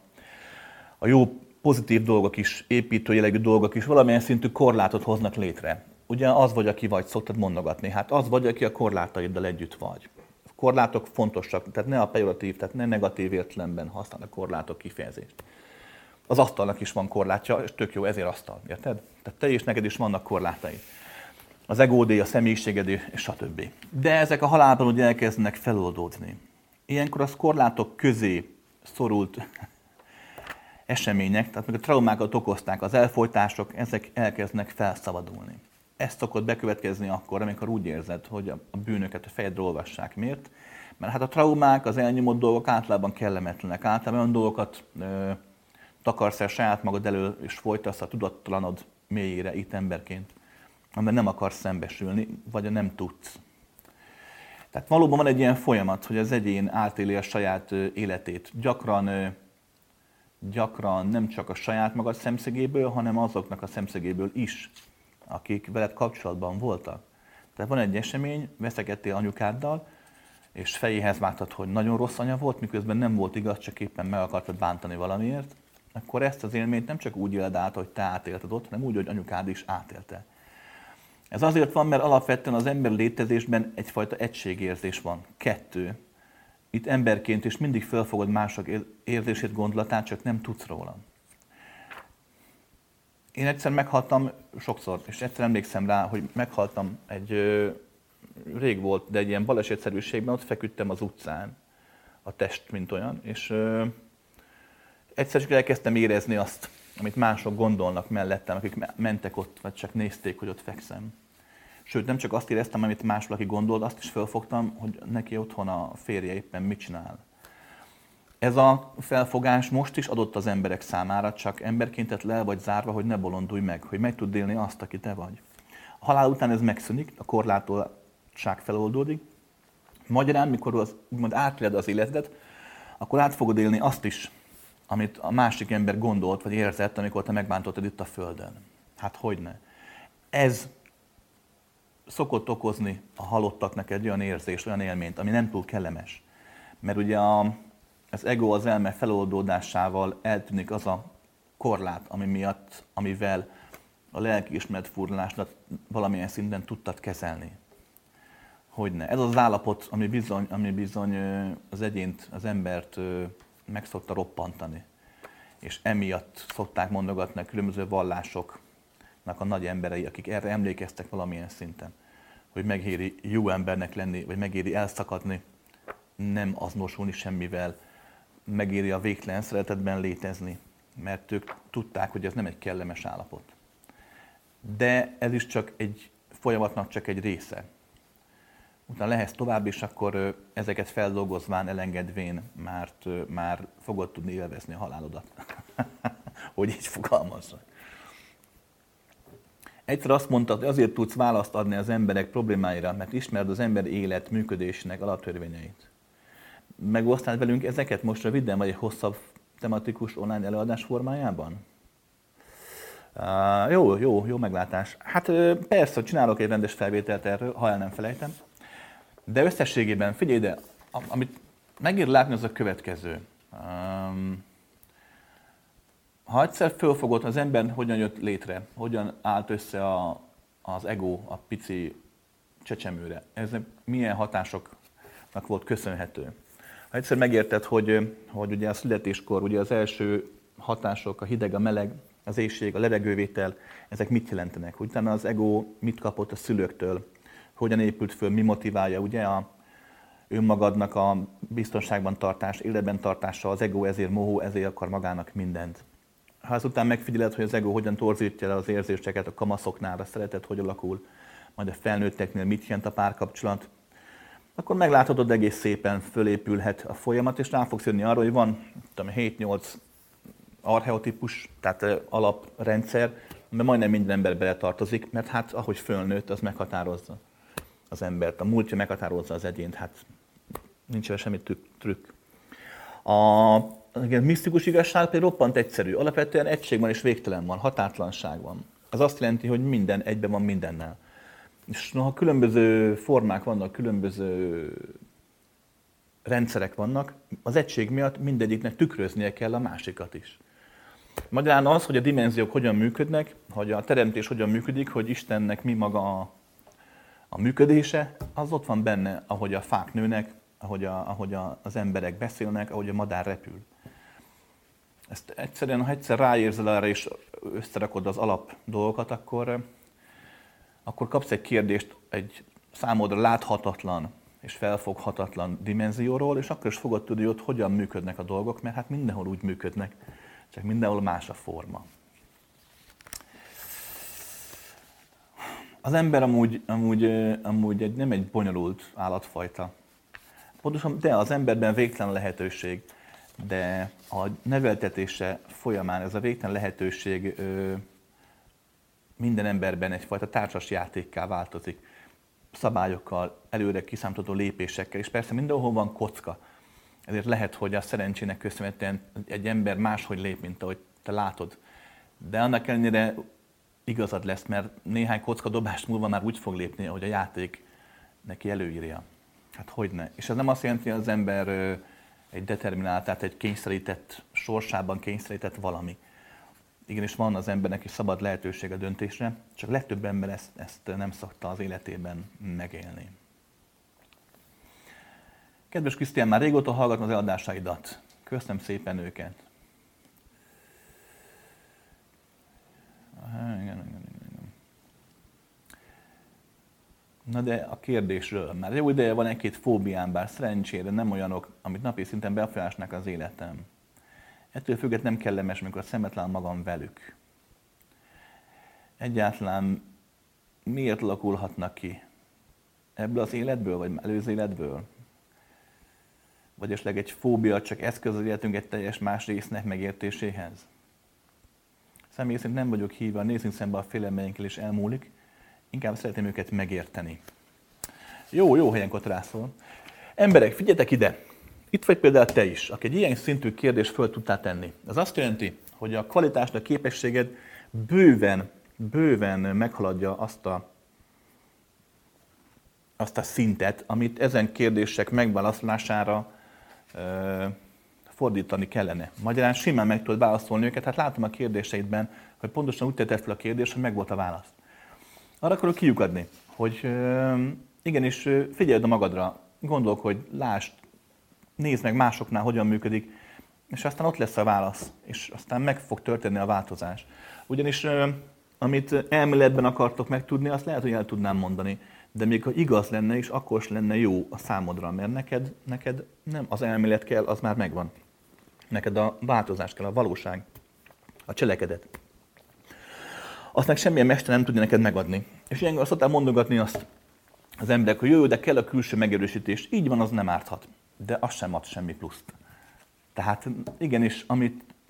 a jó pozitív dolgok is, építő jellegű dolgok is valamilyen szintű korlátot hoznak létre. Ugye az vagy, aki vagy, szoktad mondogatni. Hát az vagy, aki a korlátaiddal együtt vagy. A korlátok fontosak, tehát ne a pejoratív, tehát ne negatív értelemben használ a korlátok kifejezést. Az asztalnak is van korlátja, és tök jó, ezért asztal, érted? Tehát te és neked is vannak korlátai. Az egódé, a személyiségedé, és stb. De ezek a halálban ugye elkezdenek feloldódni. Ilyenkor az korlátok közé szorult események, tehát még a traumákat okozták, az elfojtások, ezek elkezdenek felszabadulni. Ez szokott bekövetkezni akkor, amikor úgy érzed, hogy a bűnöket a fejedre olvassák. Miért? Mert hát a traumák, az elnyomott dolgok általában kellemetlenek. Általában olyan dolgokat ö, takarsz el saját magad elől, és folytasz a tudattalanod mélyére itt emberként, amiben nem akarsz szembesülni, vagy nem tudsz. Tehát valóban van egy ilyen folyamat, hogy az egyén átéli a saját életét. Gyakran, gyakran nem csak a saját magad szemszögéből, hanem azoknak a szemszögéből is, akik veled kapcsolatban voltak. Tehát van egy esemény, veszekedtél anyukáddal, és fejéhez vágtad, hogy nagyon rossz anya volt, miközben nem volt igaz, csak éppen meg akartad bántani valamiért, akkor ezt az élményt nem csak úgy éled át, hogy te átélted ott, hanem úgy, hogy anyukád is átélte. Ez azért van, mert alapvetően az ember létezésben egyfajta egységérzés van. Kettő. Itt emberként is mindig felfogod mások érzését, gondolatát, csak nem tudsz róla. Én egyszer meghaltam sokszor, és egyszer emlékszem rá, hogy meghaltam egy, rég volt, de egy ilyen balesetszerűségben, ott feküdtem az utcán, a test mint olyan, és ö, egyszer csak elkezdtem érezni azt, amit mások gondolnak mellettem, akik mentek ott, vagy csak nézték, hogy ott fekszem. Sőt, nem csak azt éreztem, amit más valaki gondolt, azt is felfogtam, hogy neki otthon a férje éppen mit csinál. Ez a felfogás most is adott az emberek számára, csak emberként le vagy zárva, hogy ne bolondulj meg, hogy meg tudd élni azt, aki te vagy. A halál után ez megszűnik, a korlátoltság feloldódik. Magyarán, mikor az, úgymond átéled az életedet, akkor át fogod élni azt is, amit a másik ember gondolt vagy érzett, amikor te megbántottad itt a Földön. Hát hogyne. Ez szokott okozni a halottaknak egy olyan érzést, olyan élményt, ami nem túl kellemes. Mert ugye a, az ego, az elme feloldódásával eltűnik az a korlát, ami miatt, amivel a lelkiismeret furdalást valamilyen szinten tudtad kezelni. Hogyne. Ez az állapot, ami bizony, ami bizony az egyént, az embert meg szokta roppantani. És emiatt szokták mondogatni a különböző vallásoknak a nagy emberei, akik erre emlékeztek valamilyen szinten, hogy megéri jó embernek lenni, vagy megéri elszakadni, nem azonosulni semmivel, megéri a végtelen szeretetben létezni, mert ők tudták, hogy ez nem egy kellemes állapot. De ez is csak egy folyamatnak csak egy része. Utána lehetsz tovább, és akkor ezeket feldolgozván, elengedvén már, már fogod tudni élvezni a halálodat. Hogy így fogalmazzak. Egyszer azt mondta, hogy azért tudsz választ adni az emberek problémáira, mert ismered az ember élet működésének alaptörvényeit. Megosztál velünk ezeket most röviden, vagy egy hosszabb tematikus online előadás formájában? Uh, jó, jó, jó meglátás. Hát persze, csinálok egy rendes felvételt erről, ha el nem felejtem. De összességében, figyelj ide, amit megír látni, az a következő. Um, ha egyszer fölfogod, az ember hogyan jött létre, hogyan állt össze a, az ego a pici csecsemőre, ez milyen hatásoknak volt köszönhető. Ha egyszer megérted, hogy, hogy ugye a születéskor ugye az első hatások, a hideg, a meleg, az éhség, a levegővétel, ezek mit jelentenek? Utána az ego mit kapott a szülőktől, hogyan épült föl, mi motiválja ugye a önmagadnak a biztonságban tartás, életben tartása, az ego ezért mohó, ezért akar magának mindent. Ha azután megfigyeled, hogy az ego hogyan torzítja le az érzéseket a kamaszoknál, a szeretet hogy alakul, majd a felnőtteknél mit jelent a párkapcsolat, akkor megláthatod, egész szépen fölépülhet a folyamat, és rá fogsz jönni arra, hogy van hét-nyolc archeotípus, tehát alaprendszer, amiben majdnem minden ember beletartozik, mert hát ahogy fölnőtt, az meghatározza az embert. A múltja meghatározza az egyént, hát nincs vele semmi trükk. A misztikus igazság pedig roppant egyszerű. Alapvetően egység van és végtelen van, határtlanság van. Az azt jelenti, hogy minden egyben van mindennel. És noha különböző formák vannak, különböző rendszerek vannak, az egység miatt mindegyiknek tükröznie kell a másikat is. Magyarán az, hogy a dimenziók hogyan működnek, hogy a teremtés hogyan működik, hogy Istennek mi maga a, a működése, az ott van benne, ahogy a fák nőnek, ahogy, a, ahogy a, az emberek beszélnek, ahogy a madár repül. Ezt egyszerűen, ha egyszer ráérzel arra és összerakod az alap dolgokat, akkor, akkor kapsz egy kérdést egy számodra láthatatlan és felfoghatatlan dimenzióról, és akkor is fogod tudni, hogy ott hogyan működnek a dolgok, mert hát mindenhol úgy működnek, csak mindenhol más a forma. Az ember amúgy, amúgy, amúgy egy, nem egy bonyolult állatfajta. Pontosan, de az emberben végtelen lehetőség, de a neveltetése folyamán ez a végtelen lehetőség ö, minden emberben egyfajta társas játékká változik. Szabályokkal, előre kiszámítható lépésekkel, és persze mindenhol van kocka. Ezért lehet, hogy a szerencsének köszönhetően egy ember máshogy lép, mint ahogy te látod. De annak ellenére igazad lesz, mert néhány kocka dobás múlva már úgy fog lépni, hogy a játék neki előírja. Hát hogyne. És ez nem azt jelenti, hogy az ember egy determinált, tehát egy kényszerített, sorsában kényszerített valami. Igenis van az embernek is szabad lehetőség a döntésre, csak legtöbb ember ezt, ezt nem szokta az életében megélni. Kedves Krisztián, már régóta hallgatom az eladásaidat. Köszönöm szépen őket. Na de a kérdésről. Már jó ideje van egy-két fóbiám, bár szerencsére nem olyanok, amit napi szinten befolyásolnak az életem. Ettől függetlenül nem kellemes, amikor szemet lám magam velük. Egyáltalán miért alakulhatnak ki? Ebből az életből, vagy előző életből? Vagy esetleg egy fóbia csak eszköz az életünk egy teljes más résznek megértéséhez? Személy szerint nem vagyok hívva, nézzünk szembe a félelmeinkkel és elmúlik, inkább szeretném őket megérteni. Jó, jó helyen kotrászol. Emberek, figyeljetek ide! Itt vagy például te is, aki egy ilyen szintű kérdést föl tudtál tenni. Ez azt jelenti, hogy a kvalitásnak, a képességed bőven, bőven meghaladja azt a, azt a szintet, amit ezen kérdések megválaszolására ö, fordítani kellene. Magyarán simán meg tudod válaszolni őket, hát látom a kérdéseidben, hogy pontosan úgy tetted fel a kérdést, hogy megvolt a válasz. Arra akarok kiukadni, hogy ö, igenis figyeld a magadra, gondolkodj, lásd, nézd meg másoknál, hogyan működik, és aztán ott lesz a válasz, és aztán meg fog történni a változás. Ugyanis amit elméletben akartok megtudni, azt lehet, hogy el tudnám mondani, de még ha igaz lenne is, akkor is lenne jó a számodra, mert neked, neked nem az elmélet kell, az már megvan. Neked a változás kell, a valóság, a cselekedet. Azt meg semmilyen mester nem tudja neked megadni. És ilyenkor szokták mondogatni azt az emberek, hogy jó, de kell a külső megerősítés. Így van, az nem árthat. De az sem ad semmi pluszt. Tehát igenis, amit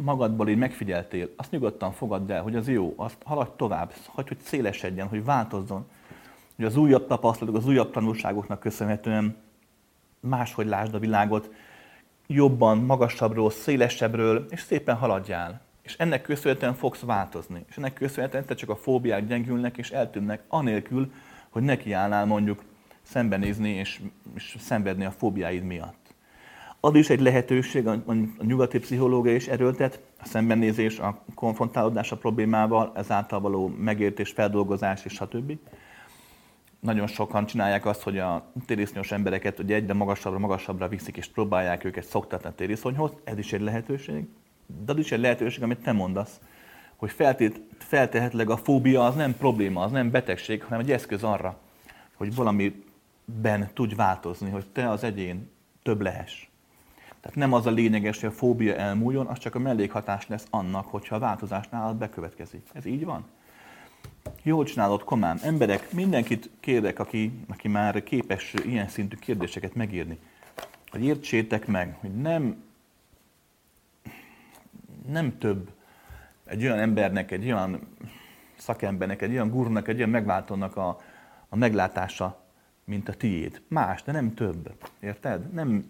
magadból így megfigyeltél, azt nyugodtan fogadd el, hogy az jó, azt haladj tovább, hagyj, hogy szélesedjen, hogy változzon. Hogy az újabb tapasztalatok, az újabb tanulságoknak köszönhetően máshogy lásd a világot, jobban, magasabbról, szélesebbről, és szépen haladjál. És ennek köszönhetően fogsz változni. És ennek köszönhetően te csak a fóbiák gyengülnek és eltűnnek, anélkül, hogy nekiállnál mondjuk szembenézni és, és szenvedni a fóbiáid miatt. Az is egy lehetőség, a nyugati pszichológia is erőltet, a szembenézés, a konfrontálódás a problémával, ezáltal való megértés, feldolgozás és stb. Nagyon sokan csinálják azt, hogy a tériszonyos embereket ugye egyre magasabbra, magasabbra viszik, és próbálják őket szoktatni a tériszonyhoz. Ez is egy lehetőség. De az is egy lehetőség, amit te mondasz, hogy feltét, feltehetőleg a fóbia az nem probléma, az nem betegség, hanem egy eszköz arra, hogy valamiben tudj változni, hogy te az egyén több lehess. Tehát nem az a lényeges, hogy a fóbia elmúljon, az csak a mellékhatás lesz annak, hogyha a változás nálad bekövetkezik. Ez így van? Jól csinálod, komám. Emberek, mindenkit kérek, aki, aki már képes ilyen szintű kérdéseket megírni, hogy értsétek meg, hogy nem, nem több egy olyan embernek, egy olyan szakembernek, egy olyan gurúnak, egy olyan megváltónak a, a meglátása, mint a tiéd. Más, de nem több. Érted? Nem...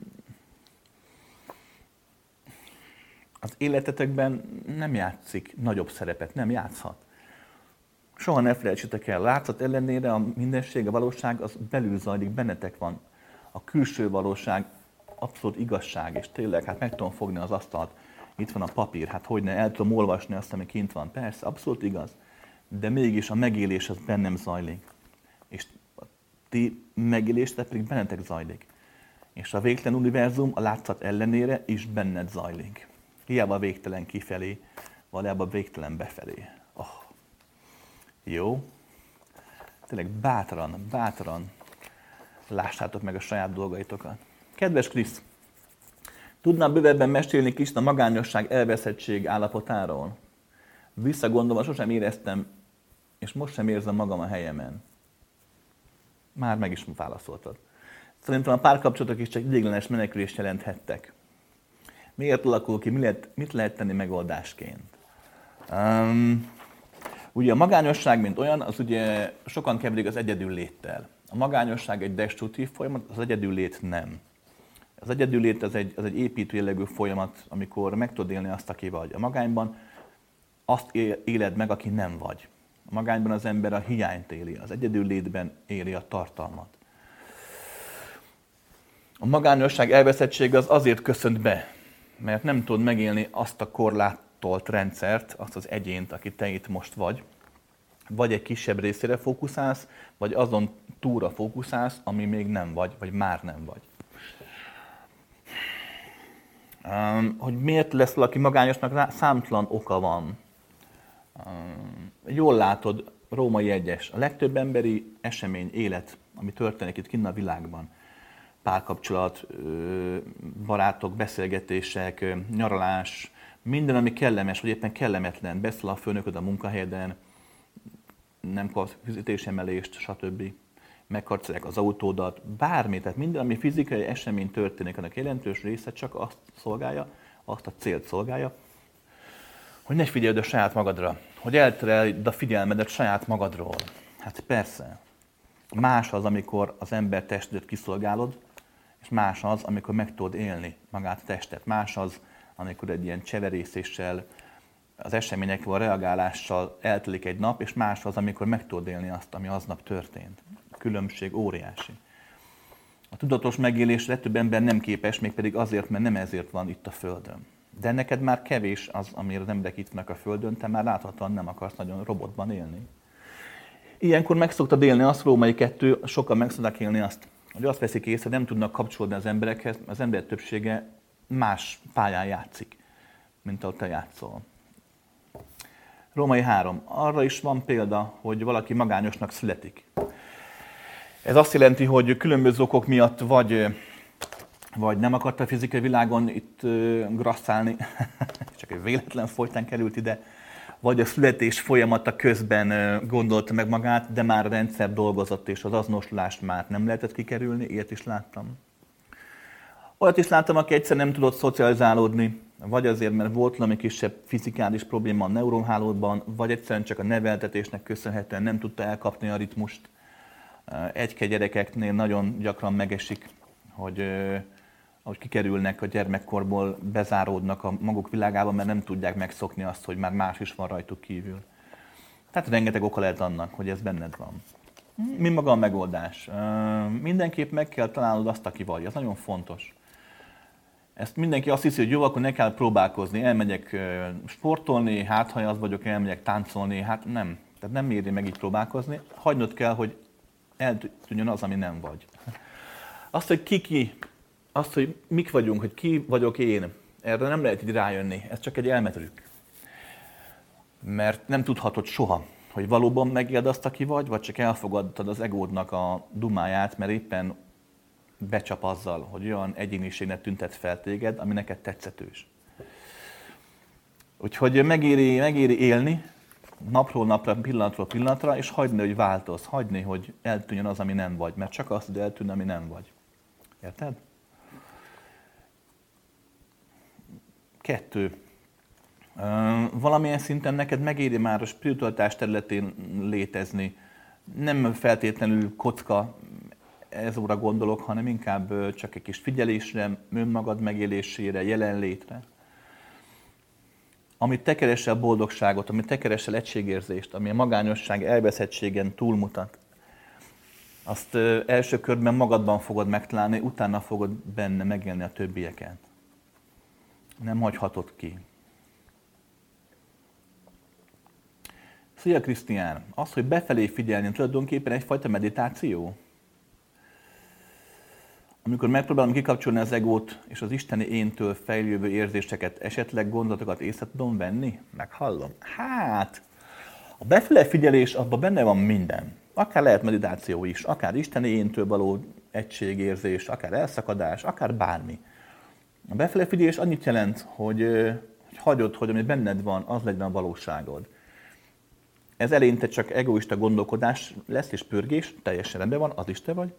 Az életetekben nem játszik nagyobb szerepet, nem játszhat. Soha ne felejtsétek el, látszat ellenére a mindenség, a valóság az belül zajlik, bennetek van. A külső valóság abszolút igazság, és tényleg, hát meg tudom fogni az asztalt, itt van a papír, hát hogyne, el tudom olvasni azt, ami kint van. Persze, abszolút igaz, de mégis a megélés az bennem zajlik. És a ti megélésetek pedig bennetek zajlik. És a végtelen univerzum a látszat ellenére is benned zajlik. Hiába végtelen kifelé, valójában végtelen befelé. Oh. Jó? Tényleg bátran, bátran lássátok meg a saját dolgaitokat. Kedves Krisz, tudnál bővebben mesélni kicsit a magányosság, elveszettség állapotáról? Visszagondolva sosem éreztem, és most sem érzem magam a helyemen. Már meg is válaszoltad. Szerintem a párkapcsolatok is csak ideiglenes menekülést jelenthettek. Miért alakul ki, mit lehet, mit lehet tenni megoldásként? Um, ugye a magányosság, mint olyan, az ugye sokan keverik az egyedül léttel. A magányosság egy destruktív folyamat, az egyedül lét nem. Az egyedül lét az egy, az egy építő jellegű folyamat, amikor meg tudod élni azt, aki vagy. A magányban azt éled meg, aki nem vagy. A magányban az ember a hiányt éli, az egyedül létben éli a tartalmat. A magányosság elveszettsége az azért köszönt be, mert nem tudod megélni azt a korlátolt rendszert, azt az egyént, aki te itt most vagy. Vagy egy kisebb részére fókuszálsz, vagy azon túlra fókuszálsz, ami még nem vagy, vagy már nem vagy. Um, hogy miért lesz valaki magányosnak, rá számtalan oka van. Um, jól látod, Római egyes, a legtöbb emberi esemény, élet, ami történik itt kinn a világban, párkapcsolat, barátok, beszélgetések, nyaralás, minden, ami kellemes, vagy éppen kellemetlen, beszél a főnököd a munkahelyeden, nem kapsz fizetésemelést, stb. Megkarcolják az autódat, bármi, tehát minden, ami fizikai esemény történik, annak jelentős része csak azt szolgálja, azt a célt szolgálja, hogy ne figyeld a saját magadra, hogy eltereld a figyelmedet saját magadról. Hát persze, más az, amikor az ember testedet kiszolgálod, és más az, amikor meg tudod élni magát a testet. Más az, amikor egy ilyen cseverészéssel, az eseményekkel, a reagálással eltelik egy nap, és más az, amikor meg tudod élni azt, ami aznap történt. A különbség óriási. A tudatos megélés legtöbb ember nem képes, mégpedig azért, mert nem ezért van itt a Földön. De neked már kevés az, amire az emberek itt vannak a Földön, te már láthatóan nem akarsz nagyon robotban élni. Ilyenkor meg szoktad élni azt, Római kettő, sokan meg szokták élni azt, hogy azt veszik észre, hogy nem tudnak kapcsolódni az emberekhez, az emberek többsége más pályán játszik, mint ahogy te játszol. Római három. Arra is van példa, hogy valaki magányosnak születik. Ez azt jelenti, hogy különböző okok miatt vagy, vagy nem akart a fizikai világon itt grasszálni, csak egy véletlen folytán került ide, vagy a születés folyamata közben gondolta meg magát, de már a rendszer dolgozott, és az azonosulást már nem lehetett kikerülni, ilyet is láttam. Olyat is láttam, aki egyszer nem tudott szocializálódni, Vagy azért, mert volt valami kisebb fizikális probléma a neuronhálódban, vagy egyszerűen csak a neveltetésnek köszönhetően nem tudta elkapni a ritmust. Egyke gyerekeknél nagyon gyakran megesik, hogy ahogy kikerülnek a gyermekkorból, bezáródnak a maguk világába, mert nem tudják megszokni azt, hogy már más is van rajtuk kívül. Tehát rengeteg oka lehet annak, hogy ez benned van. Mi maga a megoldás? Mindenképp meg kell találnod azt, aki vagy. Ez nagyon fontos. Ezt mindenki azt hiszi, hogy jó, akkor ne kell próbálkozni. Elmegyek sportolni, hát ha az vagyok, elmegyek táncolni, hát nem. Tehát nem éri meg így próbálkozni. Hagynod kell, hogy eltűnjön az, ami nem vagy. Azt, hogy ki ki, azt, hogy mik vagyunk, hogy ki vagyok én, erre nem lehet így rájönni. Ez csak egy elmetrükk. Mert nem tudhatod soha, hogy valóban megéld azt, aki vagy, vagy csak elfogadtad az egódnak a dumáját, mert éppen becsap azzal, hogy olyan egyéniségnek tüntet fel téged, ami neked tetszetős. Úgyhogy megéri, megéri élni, napról napra, pillanatról pillanatra, és hagyni, hogy változ, hagyni, hogy eltűnjön az, ami nem vagy, mert csak azt tud eltűnni, ami nem vagy. Érted? Kettő. Valamilyen szinten neked megéri már a spiritualitás területén létezni. Nem feltétlenül kocka, ez óra gondolok, hanem inkább csak egy kis figyelésre, önmagad megélésére, jelenlétre. Amit te keresel boldogságot, amit te keresel egységérzést, ami a magányosság elveszettségen túlmutat, azt első körben magadban fogod megtalálni, utána fogod benne megélni a többieket. Nem hagyhatod ki. Szia Krisztián! Az, hogy befelé figyelni, tulajdonképpen egyfajta meditáció? Amikor megpróbálom kikapcsolni az egót és az isteni éntől fejlődő érzéseket, esetleg gondolatokat észre tudom venni? Meghallom. Hát, a befele figyelés, abban benne van minden. Akár lehet meditáció is, akár isteni éntől való egységérzés, akár elszakadás, akár bármi. A befele figyelés annyit jelent, hogy, hogy hagyod, hogy ami benned van, az legyen a valóságod. Ez eleinte csak egoista gondolkodás lesz és pörgés, teljesen rendben van, az is te vagy.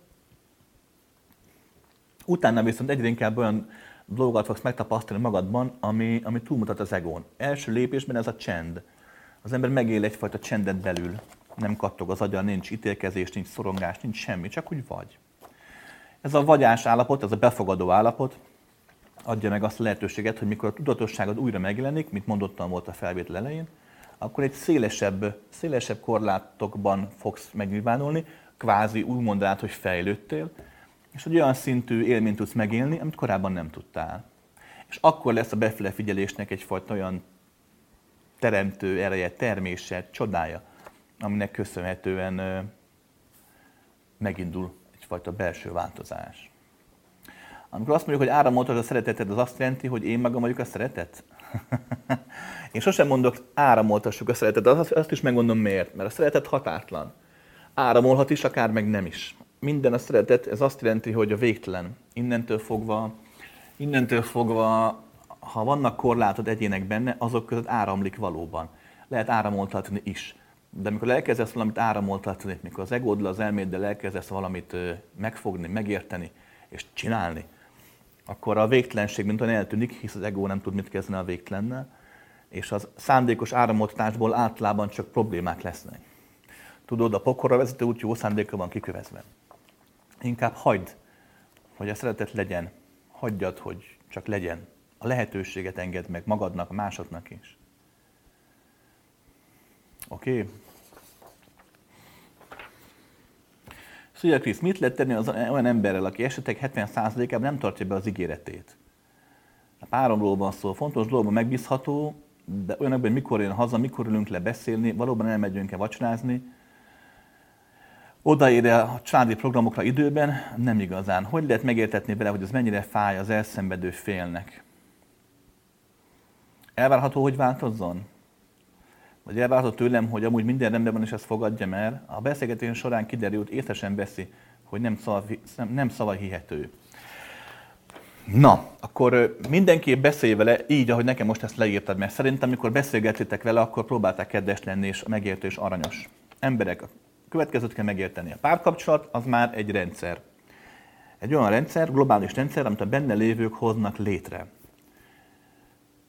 Utána viszont egyre inkább olyan dolgokat fogsz megtapasztalni magadban, ami, ami túlmutat az egón. Első lépésben ez a csend. Az ember megél egyfajta csendet belül. Nem kattog az agya, nincs ítélkezés, nincs szorongás, nincs semmi, csak úgy vagy. Ez a vagyás állapot, ez a befogadó állapot adja meg azt a lehetőséget, hogy mikor a tudatosságod újra megjelenik, mint mondottam volt a felvétel elején, akkor egy szélesebb, szélesebb korlátokban fogsz megnyilvánulni, kvázi úgy mondanád, hogy fejlődtél, és egy olyan szintű élményt tudsz megélni, amit korábban nem tudtál. És akkor lesz a befele figyelésnek egyfajta olyan teremtő ereje, termése, csodája, aminek köszönhetően ö, megindul egyfajta belső változás. Amikor azt mondjuk, hogy áramoltad a szereteted, az azt jelenti, hogy én magam vagyok a szeretet? Én sosem mondok, áramoltassuk a szeretetet, azt, azt is megmondom miért, mert a szeretet határtlan. Áramolhat is, akár meg nem is. Minden a szeretet, ez azt jelenti, hogy a végtelen. Innentől fogva, innentől fogva, ha vannak korlátod egyének benne, azok között áramlik valóban. Lehet áramoltatni is. De amikor elkezdesz valamit áramoltatni, mikor az egóddal, az elméddel elkezdesz valamit megfogni, megérteni és csinálni, akkor a végtelenség mint olyan eltűnik, hisz az egó nem tud mit kezdeni a végtelennel, és az szándékos áramoltatásból általában csak problémák lesznek. Tudod, a pokolra vezető út jó szándékkal van kikövezve. Inkább hagyd, hogy a szeretet legyen, hagyjad, hogy csak legyen. A lehetőséget engedd meg magadnak, másoknak is. Oké? Okay? Szia Krisz, mit lehet tenni az olyan emberrel, aki esetek hetven százalékában nem tartja be az ígéretét? A páromról van szó, fontos dologban megbízható, de olyanokban, hogy mikor jön haza, mikor ülünk le beszélni, valóban elmegyünk-e vacsorázni, odaér a családi programokra időben, nem igazán. Hogy lehet megértetni vele, hogy ez mennyire fáj az elszenvedő félnek? Elvárható, hogy változzon? Vagy elvárható tőlem, hogy amúgy minden rendben van, és ezt fogadjam el? A beszélgetés során kiderült, észre sem veszi, hogy nem, szava, nem szavahihető. Na, akkor mindenképp beszélj vele így, ahogy nekem most ezt leírtad, mert szerintem, amikor beszélgettétek vele, akkor próbálták kedves lenni, és megértő és aranyos. Emberek, a következőt kell megérteni. A párkapcsolat az már egy rendszer. Egy olyan rendszer, globális rendszer, amit a benne lévők hoznak létre.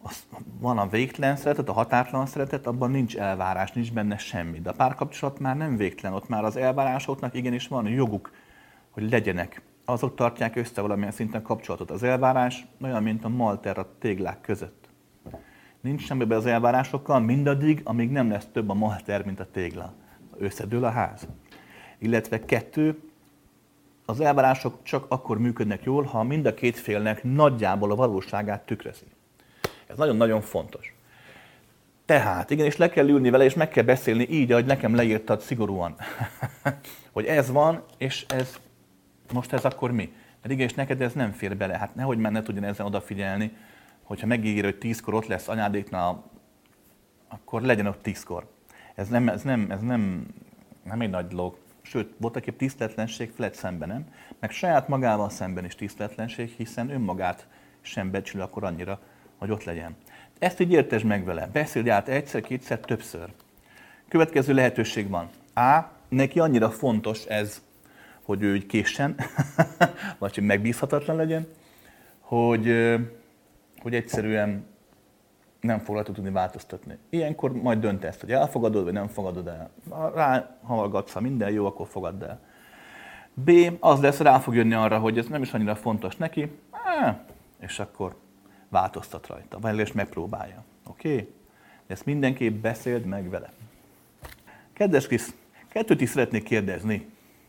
az, van a végtelen szeretet, a határtalan szeretet, abban nincs elvárás, nincs benne semmi. De a párkapcsolat már nem végtelen, ott már az elvárásoknak igenis van joguk, hogy legyenek. Azok tartják össze valamilyen szinten kapcsolatot. Az elvárás olyan, mint a malter a téglák között. Nincs semmiben az elvárásokkal, mindaddig, amíg nem lesz több a malter, mint a tégla. Összedől a ház. Illetve kettő, az elvárások csak akkor működnek jól, ha mind a két félnek nagyjából a valóságát tükrözi. Ez nagyon-nagyon fontos. Tehát igenis le kell ülni vele, és meg kell beszélni így, ahogy nekem leírtad szigorúan. Hogy ez van, és ez most ez akkor mi? Mert igenis neked ez nem fér bele. Hát nehogy már ne tudjon ezen odafigyelni, hogyha megígér, hogy tízkor ott lesz anyádéknál, akkor legyen ott tízkor. Ez nem, ez nem, ez nem, nem egy nagy dolog. Sőt, voltak épp tiszteletlenség felett szemben, nem? Meg saját magával szemben is tiszteletlenség, hiszen önmagát sem becsül akkor annyira, hogy ott legyen. Ezt így értesd meg vele. Beszélj át egyszer, kétszer, többször. Következő lehetőség van. A. Neki annyira fontos ez, hogy ő így késsen, vagy hogy megbízhatatlan legyen, hogy, hogy egyszerűen nem fog rajta tudni változtatni. Ilyenkor majd döntesz, hogy elfogadod, vagy nem fogadod el. Rá hallgatsz, ha minden jó, akkor fogadd el. B. Az lesz, rá fog jönni arra, hogy ez nem is annyira fontos neki, és akkor változtat rajta, vagy és megpróbálja. Oké? Okay? De ezt mindenképp beszéld meg vele. Kedves Krisz, kettőt is szeretnék kérdezni.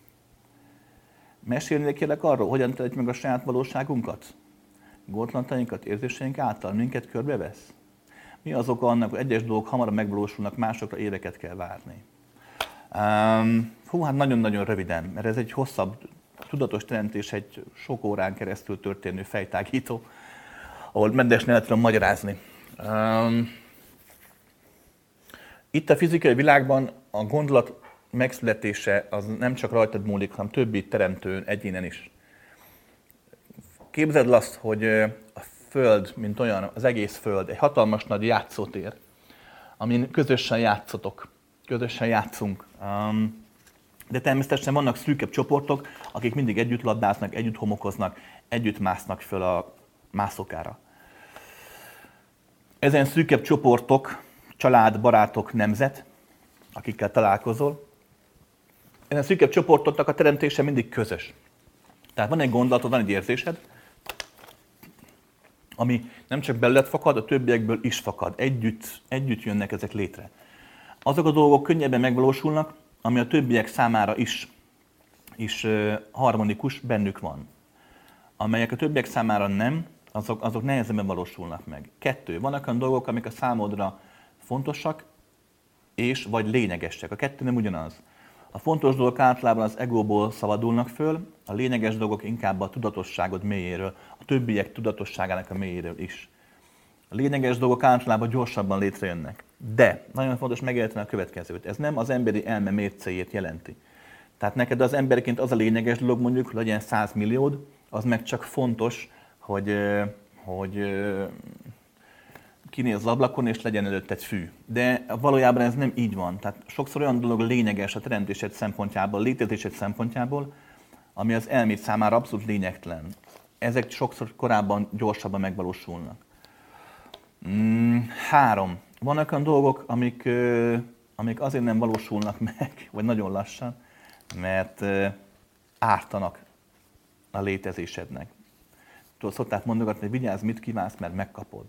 Mesélni kérlek arról, hogyan tehetjük meg a saját valóságunkat? Gondolatainkat, érzéseink által minket körbevesz? Mi az oka annak, hogy egyes dolgok hamarabb megvalósulnak, másokra éveket kell várni? Um, hú, hát nagyon-nagyon röviden, mert ez egy hosszabb, tudatos teremtés, egy sok órán keresztül történő fejtágító, ahol mendesen el tudom magyarázni. Um, itt a fizikai világban a gondolat megszületése az nem csak rajtad múlik, hanem többi teremtőn, egyénen is. Képzeld azt, hogy a Föld, mint olyan, az egész Föld, egy hatalmas nagy játszótér, amin közösen játszotok, közösen játszunk. De természetesen vannak szűkebb csoportok, akik mindig együtt labdáznak, együtt homokoznak, együtt másznak föl a mászókára. Ezen szűkebb csoportok, család, barátok, nemzet, akikkel találkozol, ezen szűkebb csoportoknak a teremtése mindig közös. Tehát van egy gondolatod, van egy érzésed, ami nem csak belőled fakad, a többiekből is fakad. Együtt, együtt jönnek ezek létre. Azok a dolgok könnyebben megvalósulnak, ami a többiek számára is, is harmonikus, bennük van. Amelyek a többiek számára nem, azok, azok nehezebben valósulnak meg. Kettő. Vannak olyan dolgok, amik a számodra fontosak, és vagy lényegesek. A kettő nem ugyanaz. A fontos dolgok általában az egóból szabadulnak föl, a lényeges dolgok inkább a tudatosságod mélyéről, a többiek tudatosságának a mélyéről is. A lényeges dolgok általában gyorsabban létrejönnek. De nagyon fontos megérteni a következőt. Ez nem az emberi elme mércéjét jelenti. Tehát neked az emberként az a lényeges dolog, mondjuk, hogy legyen száz milliód, az meg csak fontos, hogy, hogy kinéz az ablakon, és legyen előtted fű. De valójában ez nem így van. Tehát sokszor olyan dolog lényeges a teremtésed szempontjából, a létezésed szempontjából, ami az elmét számára abszolút lényegtelen. Ezek sokszor korábban gyorsabban megvalósulnak. Mm, három. Vannak olyan dolgok, amik, amik azért nem valósulnak meg, vagy nagyon lassan, mert ártanak a létezésednek. Tudod, szokták mondogatni, hogy vigyázz, mit kívánsz, mert megkapod.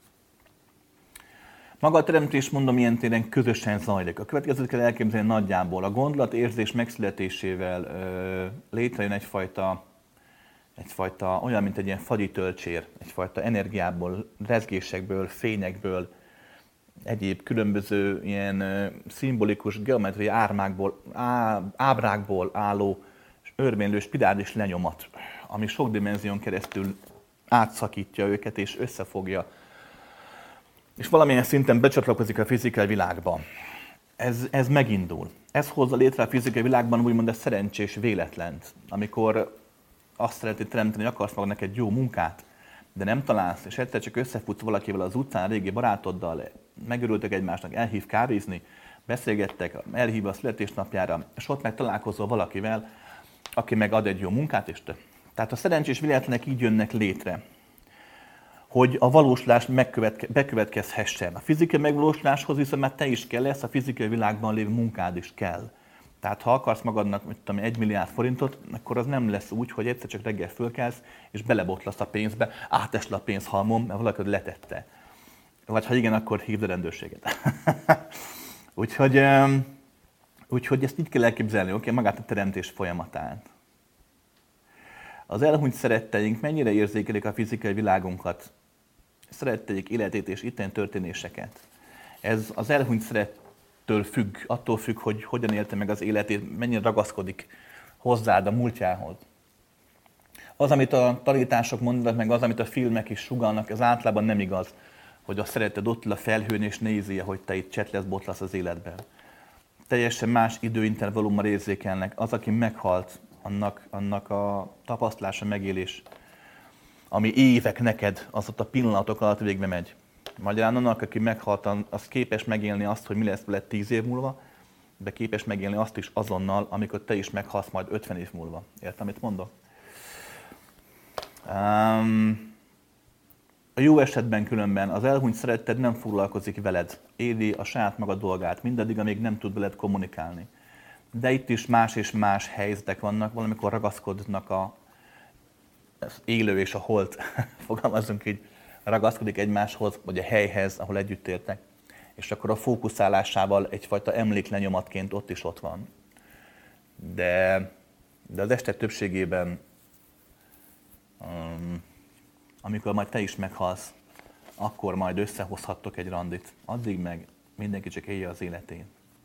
Maga a teremtés, mondom, ilyen téren közösen zajlik. A következőt kell elképzelni nagyjából. A gondolat érzés megszületésével ö, létrejön egyfajta, egyfajta, olyan, mint egy ilyen fagyi tölcsér, egyfajta energiából, rezgésekből, fényekből, egyéb különböző ilyen ö, szimbolikus geometriai ármákból, á, ábrákból álló örvénylő spirális lenyomat, ami sok dimenzión keresztül átszakítja őket és összefogja. És valamilyen szinten becsatlakozik a fizikai világba. Ez, ez megindul. Ez hozza létre a fizikai világban úgymond a szerencsés véletlent. Amikor azt szeretnéd teremteni, hogy akarsz magadnak egy jó munkát, de nem találsz, és egyszer csak összefutsz valakivel az utcán, régi barátoddal, megörültek egymásnak, elhív kávézni, beszélgettek, elhív a születésnapjára, és ott meg találkozol valakivel, aki meg ad egy jó munkát, és te. Tehát a szerencsés véletlenek így jönnek létre. hogy a valósulás megkövetke, bekövetkezhessen. A fizikai megvalósuláshoz viszont már te is kell, lesz a fizikai világban lévő munkád is kell. Tehát ha akarsz magadnak mit tudom, egy milliárd forintot, akkor az nem lesz úgy, hogy egyszer csak reggel fölkelsz, és belebotlasz a pénzbe, átesel a pénzhalmon, mert valaki letette. Vagy ha igen, akkor hívd a rendőrséget. úgyhogy, úgyhogy ezt így kell elképzelni, oké, magát a teremtés folyamatát. Az elhunyt szeretteink mennyire érzékelik a fizikai világunkat, szeretteik életét és itteni történéseket. Ez az elhunyt szerettől függ, attól függ, hogy hogyan élte meg az életét, mennyire ragaszkodik hozzád a múltjához. Az, amit a tanítások mondanak, meg az, amit a filmek is sugallnak, ez általában nem igaz, hogy a szeretted ott ül a felhőn és nézi, hogy te itt csetlesz, botlasz az életben. Teljesen más időintervallummal érzékelnek. Az, aki meghalt, annak, annak a tapasztalása, megélés, ami évek neked, az ott a pillanatok alatt végbe megy. Magyarán annak, aki meghalt, az képes megélni azt, hogy mi lesz veled tíz év múlva, de képes megélni azt is azonnal, amikor te is meghalsz majd ötven év múlva. Értem, mit mondok? Um, a jó esetben különben az elhunyt szeretted nem foglalkozik veled, éli a saját maga dolgát, mindaddig, amíg nem tud veled kommunikálni. De itt is más és más helyzetek vannak, valamikor ragaszkodnak a, az élő és a holt, fogalmazunk így, ragaszkodik egymáshoz, vagy a helyhez, ahol együtt éltek. És akkor a fókuszálásával egyfajta emléklenyomatként ott is ott van. De, de az este többségében, um, amikor majd te is meghalsz, akkor majd összehozhattok egy randit. Addig meg mindenki csak élje az életét.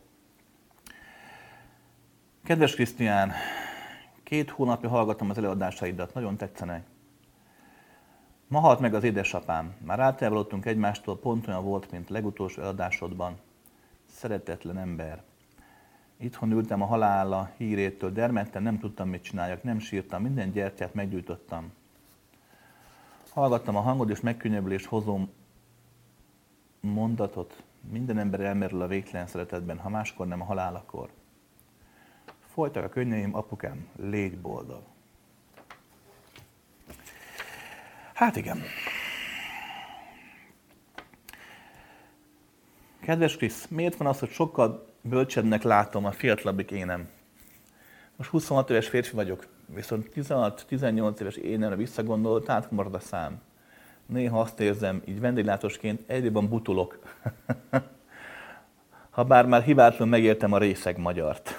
Kedves Krisztián, két hónapja hallgattam az előadásaidat, nagyon tetszenek. Ma halt meg az édesapám. Már eltávolodtunk egymástól, pont olyan volt, mint legutolsó előadásodban. Szeretetlen ember. Itthon ültem a halála hírétől, dermedtem, nem tudtam, mit csináljak, nem sírtam, minden gyertyát meggyújtottam. Hallgattam a hangod és megkönnyebbülést hozó mondatot. Minden ember elmerül a végtelen szeretetben, ha máskor nem a halálakor. Folytak a könnyeim, apukám, légy boldog. Hát igen. Kedves Krisz, miért van az, hogy sokkal bölcsebbnek látom a fiatalabbik énem? Most huszonhat éves férfi vagyok, viszont tizenhat-tizennyolc éves énemre visszagondolva, tehát marad a szám. Néha azt érzem, így vendéglátósként egyre jobban butulok. Habár már hibátlanul megértem a részeg magyart.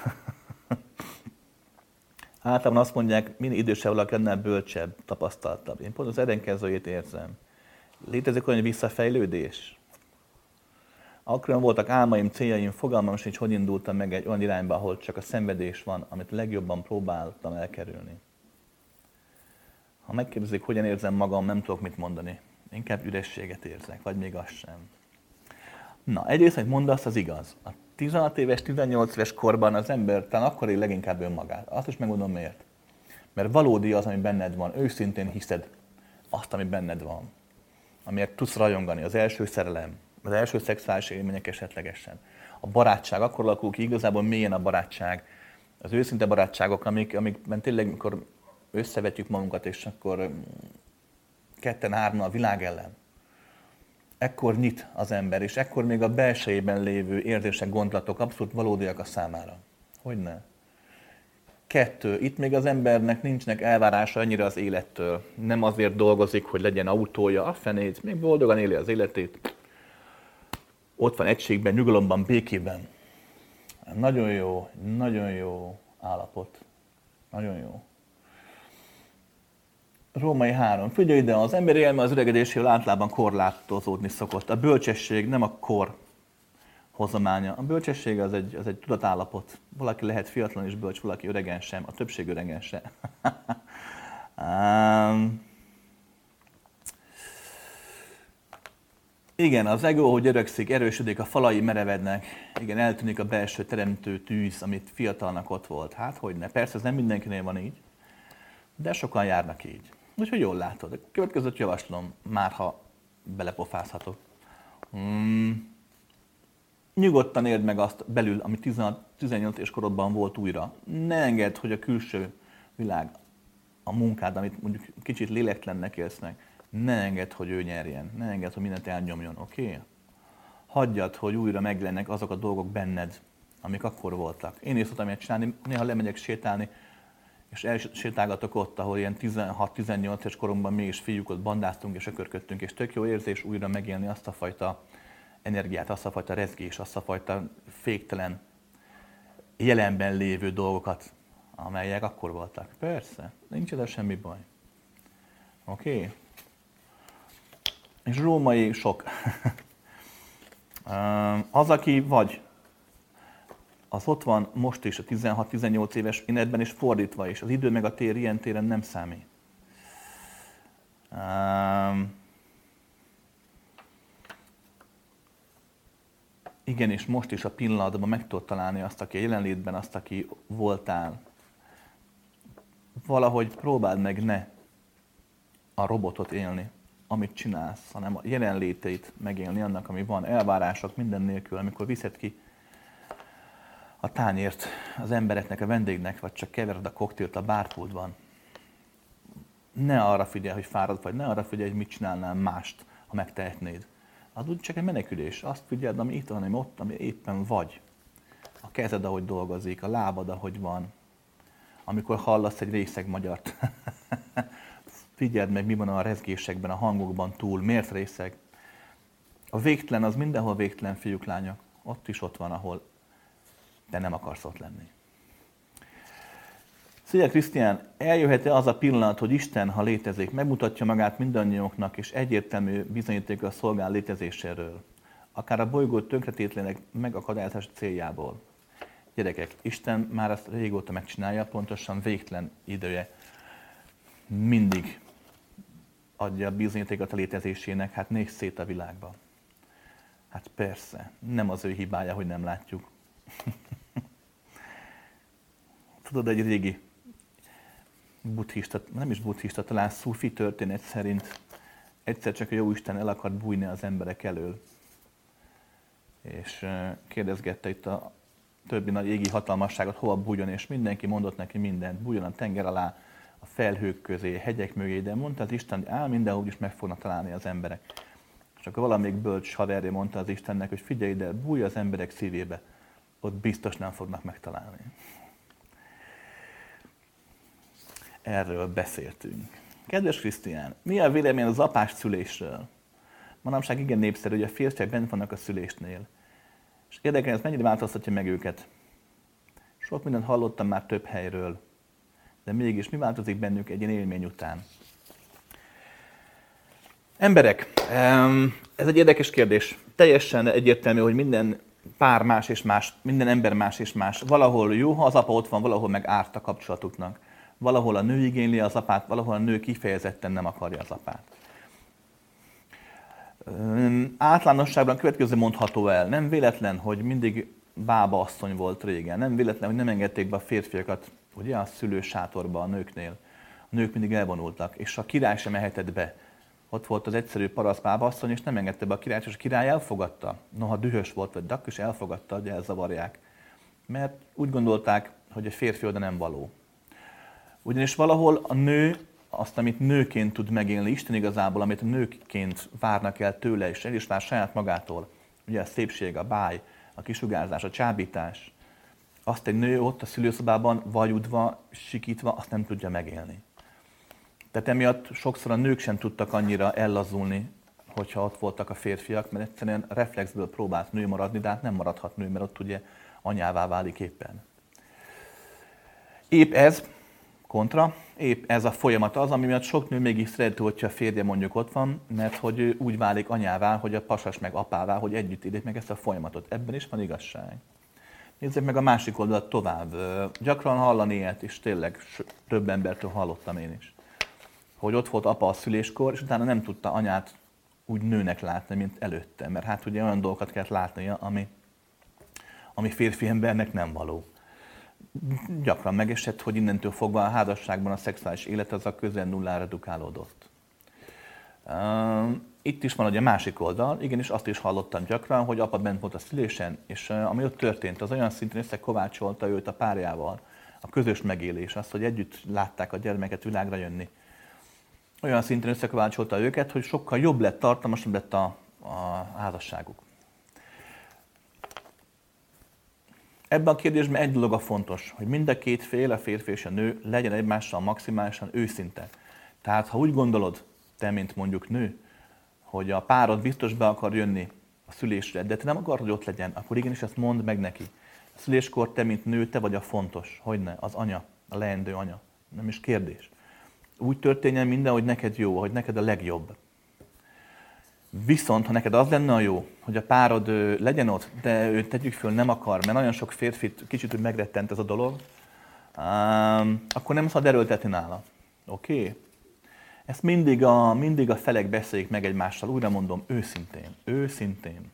Általában azt mondják, minél idősebb valaki, annál bölcsebb, tapasztaltabb. Én pont az ellenkezőjét érzem. Létezik olyan visszafejlődés? Akkoriban voltak álmaim, céljaim, fogalmam sincs, hogy indultam meg egy olyan irányba, ahol csak a szenvedés van, amit legjobban próbáltam elkerülni. Ha megkérdezik, hogyan érzem magam, nem tudok mit mondani. Inkább ürességet érzek, vagy még az sem. Na, egyrészt, hogy mondasz, az igaz. A tizenhat éves, tizennyolc éves korban az ember talán akkor él leginkább önmagát. Azt is megmondom miért. Mert valódi az, ami benned van. Őszintén hiszed azt, ami benned van. Amiért tudsz rajongani. Az első szerelem, az első szexuális élmények esetlegesen. A barátság, akkor alakul ki igazából mélyen a barátság. Az őszinte barátságok, amik, amikben tényleg, mikor összevetjük magunkat, és akkor ketten, hárman a világ ellen. Ekkor nyit az ember, és ekkor még a belsejében lévő érzések, gondolatok abszolút valódiak a számára. Hogyne? Kettő, itt még az embernek nincsnek elvárása annyira az élettől. Nem azért dolgozik, hogy legyen autója, a fenét, még boldogan éli az életét. Ott van egységben, nyugalomban, békében. Nagyon jó, nagyon jó állapot. Nagyon jó. Római három. Figyelj ide, az emberi élme az öregedésével általában korlátozódni szokott. A bölcsesség nem a kor hozománya. A bölcsesség az egy, az egy tudatállapot. Valaki lehet fiatalon is bölcs, valaki öregen sem. A többség öregen sem. um, igen, az ego, hogy öregszik, erősödik, a falai merevednek. Igen, eltűnik a belső teremtő tűz, amit fiatalnak ott volt. Hát hogyne. Persze ez nem mindenkinél van így, de sokan járnak így. Úgyhogy jól látod. A következőt javaslom, már ha belepofázhatok. Hmm. Nyugodtan érd meg azt belül, ami tizenhat-tizennyolc éves korodban volt újra. Ne engedd, hogy a külső világ, a munkád, amit mondjuk kicsit lélektelennek élsz meg, Ne engedd, hogy ő nyerjen. Ne engedd, hogy mindent elnyomjon, oké? Okay? Hagyjad, hogy újra megjelennek azok a dolgok benned, amik akkor voltak. Én is szoktam ilyet csinálni, néha lemegyek sétálni, és elsétálgatok ott, ahol ilyen tizenhat-tizennyolc éves koromban mi is fiúk ott bandáztunk és ökörködtünk, és tök jó érzés újra megélni azt a fajta energiát, azt a fajta rezgés, azt a fajta féktelen, jelenben lévő dolgokat, amelyek akkor voltak. Persze, nincs ezzel semmi baj. Oké? Okay? És római sok. Az, aki vagy, az ott van most is a tizenhat-tizennyolc éves életben, és fordítva is. Az idő meg a tér ilyen téren nem számít. Um, igen, és most is a pillanatban meg tudod találni azt, aki a jelenlétben, azt, aki voltál. Valahogy próbáld meg ne a robotot élni, amit csinálsz, hanem a jelenléteit megélni annak, ami van. Elvárások minden nélkül, amikor viszed ki a tányért az embereknek, a vendégnek, vagy csak kevered a koktélt a bárpultban. Ne arra figyelj, hogy fáradt vagy, ne arra figyelj, hogy mit csinálnál mást, ha megtehetnéd. Az úgy csak egy menekülés. Azt figyeld, ami itt van, ami ott, ami éppen vagy. A kezed, ahogy dolgozik, a lábad, ahogy van. Amikor hallasz egy részeg magyart. Figyeld meg, mi van a rezgésekben, a hangokban túl, miért részeg. A végtelen az mindenhol végtelen, fiúk, lányok. Ott is ott van, ahol te nem akarsz ott lenni. Szia Krisztián, eljöhet-e az a pillanat, hogy Isten, ha létezik, megmutatja magát mindannyiunknak, és egyértelmű bizonyítéka szolgál létezéséről, akár a bolygó tönkretétlének megakadályozása céljából? Gyerekek, Isten már ezt régóta megcsinálja, pontosan végtelen idője. Mindig adja a bizonyítékot a létezésének, hát nézz szét a világba. Hát persze, nem az ő hibája, hogy nem látjuk. Tudod, egy régi buddhista, nem is buddhista, talán szufi történet szerint egyszer csak a Jóisten el akart bújni az emberek elől. És kérdezgette itt a többi nagy égi hatalmasságot, hova bújjon, és mindenki mondott neki mindent. Bújjon a tenger alá, a felhők közé, a hegyek mögé, de mondta az Isten, hogy áll, mindenhogy is meg fognak találni az emberek. És akkor valamelyik bölcs haverja mondta az Istennek, hogy figyelj ide, bújj az emberek szívébe, ott biztos nem fognak megtalálni. Erről beszéltünk. Kedves Krisztián, mi a vélemény az apás szülésről? Manapság igen népszerű, hogy a férfiak bent vannak a szülésnél. És érdekel, ez mennyire változtatja meg őket. Sok mindent hallottam már több helyről, de mégis mi változik bennük egy ilyen élmény után? Emberek, ez egy érdekes kérdés. Teljesen egyértelmű, hogy minden pár más és más, minden ember más és más. Valahol jó, ha az apa ott van, valahol meg árt a kapcsolatuknak. Valahol a nő igényli az apát, valahol a nő kifejezetten nem akarja az apát. Általánosságban következő mondható el. Nem véletlen, hogy mindig bába asszony volt régen. Nem véletlen, hogy nem engedték be a férfiakat ugye, a szülősátorba a nőknél. A nők mindig elvonultak, és a király sem mehetett be. Ott volt az egyszerű paraszt bába asszony, és nem engedte be a királyt, és a király elfogadta. Noha dühös volt, vagy dak, és elfogadta, hogy elzavarják. Mert úgy gondolták, hogy a férfi oda nem való. Ugyanis valahol a nő, azt, amit nőként tud megélni, Isten igazából, amit nőként várnak el tőle, és el is vár saját magától, ugye a szépség, a báj, a kisugárzás, a csábítás, azt egy nő ott a szülőszobában vajudva, sikítva, azt nem tudja megélni. Tehát emiatt sokszor a nők sem tudtak annyira ellazulni, hogyha ott voltak a férfiak, mert egyszerűen reflexből próbált nő maradni, de hát nem maradhat nő, mert ott ugye anyává válik éppen. Épp ez, kontra, épp ez a folyamat az, ami miatt sok nő mégis szereti, hogyha a férje mondjuk ott van, mert hogy ő úgy válik anyává, hogy a pasas meg apává, hogy együtt élik meg ezt a folyamatot. Ebben is van igazság. Nézzük meg a másik oldalt tovább. Gyakran hallani ilyet, és tényleg több embertől hallottam én is. Hogy ott volt apa a szüléskor, és utána nem tudta anyát úgy nőnek látni, mint előtte. Mert hát ugye olyan dolgokat kellett látnia, ami, ami férfi embernek nem való. Gyakran megesett, hogy innentől fogva a házasságban a szexuális élet az a közel nullára redukálódott. Itt is van ugye a másik oldal, igenis azt is hallottam gyakran, hogy apa bent volt a szülésen, és ami ott történt, az olyan szinten összekovácsolta őt a párjával, a közös megélés, az, hogy együtt látták a gyermeket világra jönni. olyan szinten összekovácsolta őket, hogy sokkal jobb lett, tartalmasabb lett a, a házasságuk. Ebben a kérdésben egy dolog a fontos, hogy mind a két fél, a férfi és a nő legyen egymással maximálisan őszinte. Tehát ha úgy gondolod, te mint mondjuk nő, hogy a párod biztos be akar jönni a szülésre, de te nem akarod, hogy ott legyen, akkor igenis ezt mondd meg neki. A szüléskor te, mint nő, te vagy a fontos. Hogyne? Az anya, a leendő anya. Nem is kérdés. Úgy történjen minden, hogy neked jó, hogy neked a legjobb. Viszont, ha neked az lenne a jó, hogy a párod ő, legyen ott, de őt tegyük föl, nem akar, mert nagyon sok férfit kicsit úgy megrettent ez a dolog, um, akkor nem szabad erőltetni nála. Oké? Okay? Ezt mindig a, mindig a felek beszéljék meg egymással, újra mondom, őszintén, őszintén.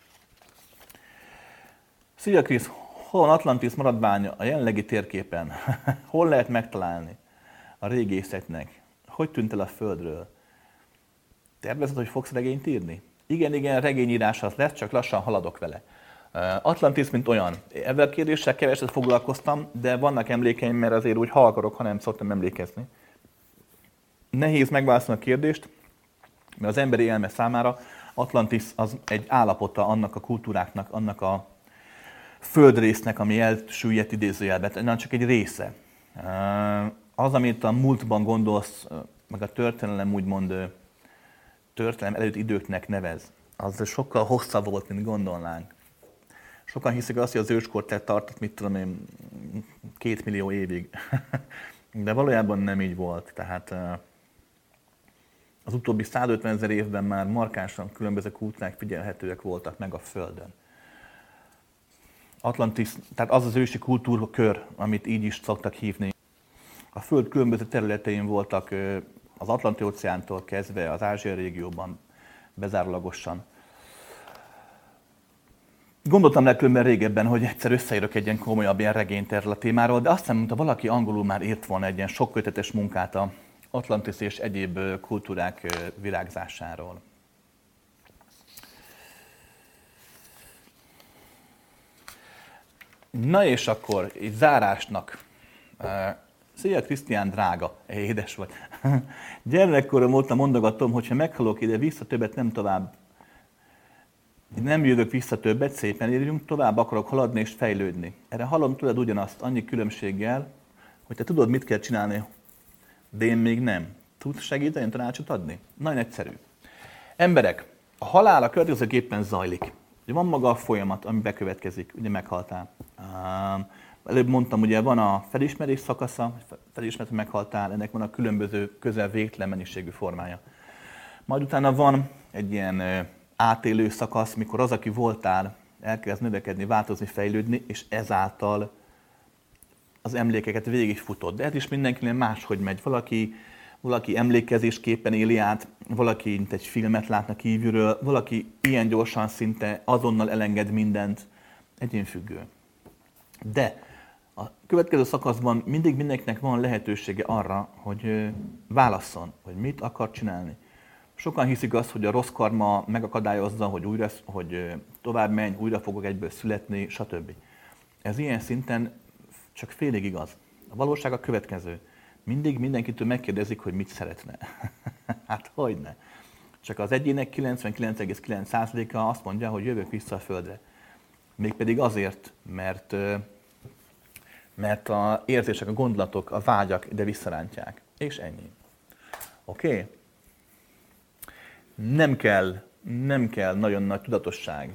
Szia Krisz, hol van Atlantis maradványa a jelenlegi térképen? Hol lehet megtalálni a régészetnek? Hogy tűnt el a Földről? Tervezed, hogy fogsz regényt írni? Igen, igen, regényírás az lesz, csak lassan haladok vele. Atlantis, mint olyan. Ezzel a kérdéssel keveset foglalkoztam, de vannak emlékeim, mert azért úgy ha akarok, ha nem szoktam emlékezni. Nehéz megválaszolni a kérdést, mert az emberi elme számára Atlantis az egy állapota annak a kultúráknak, annak a földrésznek, ami elsüllyedt idézőjelben, nem csak egy része. Az, amit a múltban gondolsz, meg a történelem úgymond történelem előtt időknek nevez, az sokkal hosszabb volt, mint gondolnánk. Sokan hiszik azt, hogy az őskortár tartott, mit tudom én, két millió évig. De valójában nem így volt. Tehát az utóbbi százötvenezer évben már markánsan különböző kultúrák figyelhetőek voltak meg a Földön. Atlantis, tehát az az ősi kultúrkör, amit így is szoktak hívni. A Föld különböző területein voltak az Atlanti-óceántól kezdve az Ázsia régióban bezárólagosan. Gondoltam le különben régebben, hogy egyszer összeírok egy ilyen komolyabb ilyen regényt erről a témáról, de azt hiszem, mintha valaki angolul már írt volna egy ilyen sokkötetes munkát a Atlantis és egyéb kultúrák virágzásáról. Na és akkor, így zárásnak. Szia Krisztián drága, édes vagy. Gyermekkorom óta mondogatom, hogy ha meghalok ide vissza, többet nem tovább. Nem jövök vissza többet, szépen érjünk, tovább akarok haladni és fejlődni. Erre hallom tőled ugyanazt, annyi különbséggel, hogy te tudod, mit kell csinálni, de én még nem. Tudsz segíteni, tanácsot adni? Nagyon egyszerű. Emberek, a halál a következőképpen zajlik. Ugye van maga a folyamat, ami bekövetkezik, ugye meghaltál. Előbb mondtam, ugye van a felismerés szakasza, felismert, hogy meghaltál, ennek van a különböző közel végtelen mennyiségű formája. Majd utána van egy ilyen átélő szakasz, mikor az, aki voltál, elkezd növekedni, változni, fejlődni, és ezáltal az emlékeket végigfutod. De ez is mindenkinél máshogy megy. Valaki, valaki emlékezésképpen éli át, valaki mint egy filmet látna kívülről, valaki ilyen gyorsan szinte azonnal elenged mindent. Egyénfüggő. De a következő szakaszban mindig mindenkinek van lehetősége arra, hogy válasszon, hogy mit akar csinálni. Sokan hiszik azt, hogy a rossz karma megakadályozza, hogy, újra, hogy tovább menj, újra fogok egyből születni, stb. Ez ilyen szinten csak félig igaz. A valóság a következő. Mindig mindenkitől megkérdezik, hogy mit szeretne. Hát hogyne. Csak az egyének kilencvenkilenc egész kilenc százaléka azt mondja, hogy jövök vissza a Földre. Mégpedig azért, mert, mert a érzések, a gondolatok, a vágyak ide visszarántják. És ennyi. Oké? Okay? Nem kell, nem kell nagyon nagy tudatosság.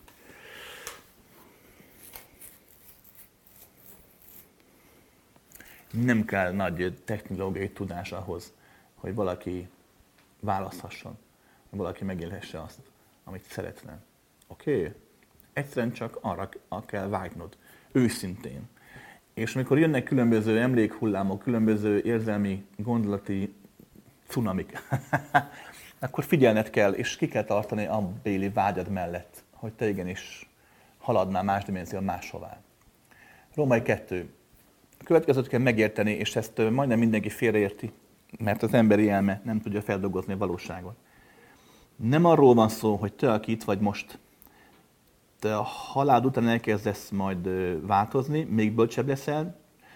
Nem kell nagy technológiai tudás ahhoz, hogy valaki választhasson, hogy valaki megélhesse azt, amit szeretne. Oké? Okay? Egyszerűen csak arra kell vágynod, őszintén. És amikor jönnek különböző emlékhullámok, különböző érzelmi, gondolati cunamik, akkor figyelned kell, és ki kell tartani a béli vágyad mellett, hogy te igenis haladnál más dimenzión máshová. Római kettő. A következőt kell megérteni, és ezt majdnem mindenki félreérti, mert az emberi elme nem tudja feldolgozni a valóságot. Nem arról van szó, hogy te, aki itt vagy most, te a halád után elkezdesz majd változni, még bölcsebb leszel,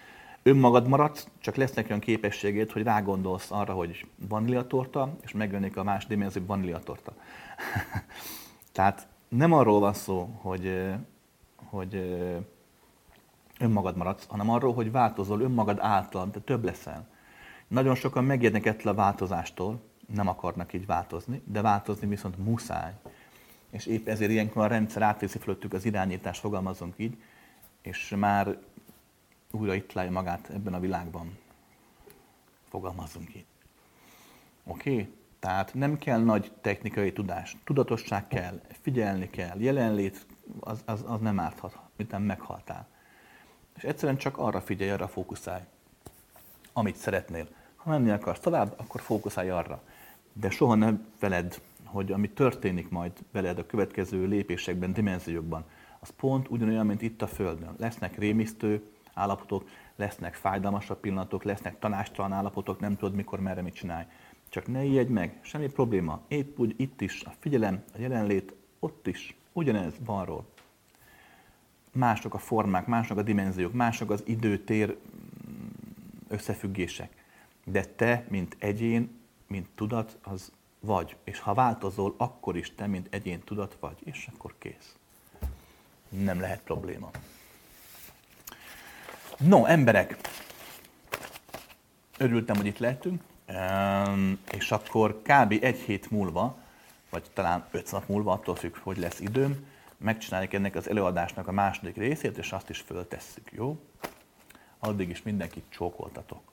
Önmagad maradsz, csak lesznek olyan képességed, hogy rágondolsz arra, hogy vaníliatorta, és megjelenik a más dimenzió, hogy vaníliatorta. Tehát nem arról van szó, hogy, hogy önmagad maradsz, hanem arról, hogy változol önmagad által, de több leszel. Nagyon sokan megijednek ettől a változástól, nem akarnak így változni, de változni viszont muszáj. És épp ezért ilyenkor a rendszer átvészi fölöttük az irányítást, fogalmazunk így, és már újra itt találja magát ebben a világban. Fogalmazzunk így. Oké? Okay? Tehát nem kell nagy technikai tudás. Tudatosság kell, figyelni kell, jelenlét, az, az, az nem árthat, miután meghaltál. És egyszerűen csak arra figyelj, arra fókuszálj, amit szeretnél. Ha menni akarsz tovább, akkor fókuszálj arra. De soha ne veled, hogy ami történik majd veled a következő lépésekben, dimenziókban, az pont ugyanolyan, mint itt a Földön. Lesznek rémisztő állapotok, lesznek fájdalmasabb pillanatok, lesznek tanástalan állapotok, nem tudod mikor, merre, mit csinálj. Csak ne ijedj meg, semmi probléma. Épp úgy itt is, a figyelem, a jelenlét, ott is, ugyanez balról. Mások a formák, mások a dimenziók, mások az idő-tér összefüggések. De te, mint egyén, mint tudat, az vagy. És ha változol, akkor is te, mint egyén tudat vagy. És akkor kész. Nem lehet probléma. No, emberek, örültem, hogy itt lehetünk, és akkor kb. egy hét múlva, vagy talán öt nap múlva, attól függ, hogy lesz időm, megcsináljuk ennek az előadásnak a második részét, és azt is föltesszük, jó? Addig is mindenkit csókoltatok.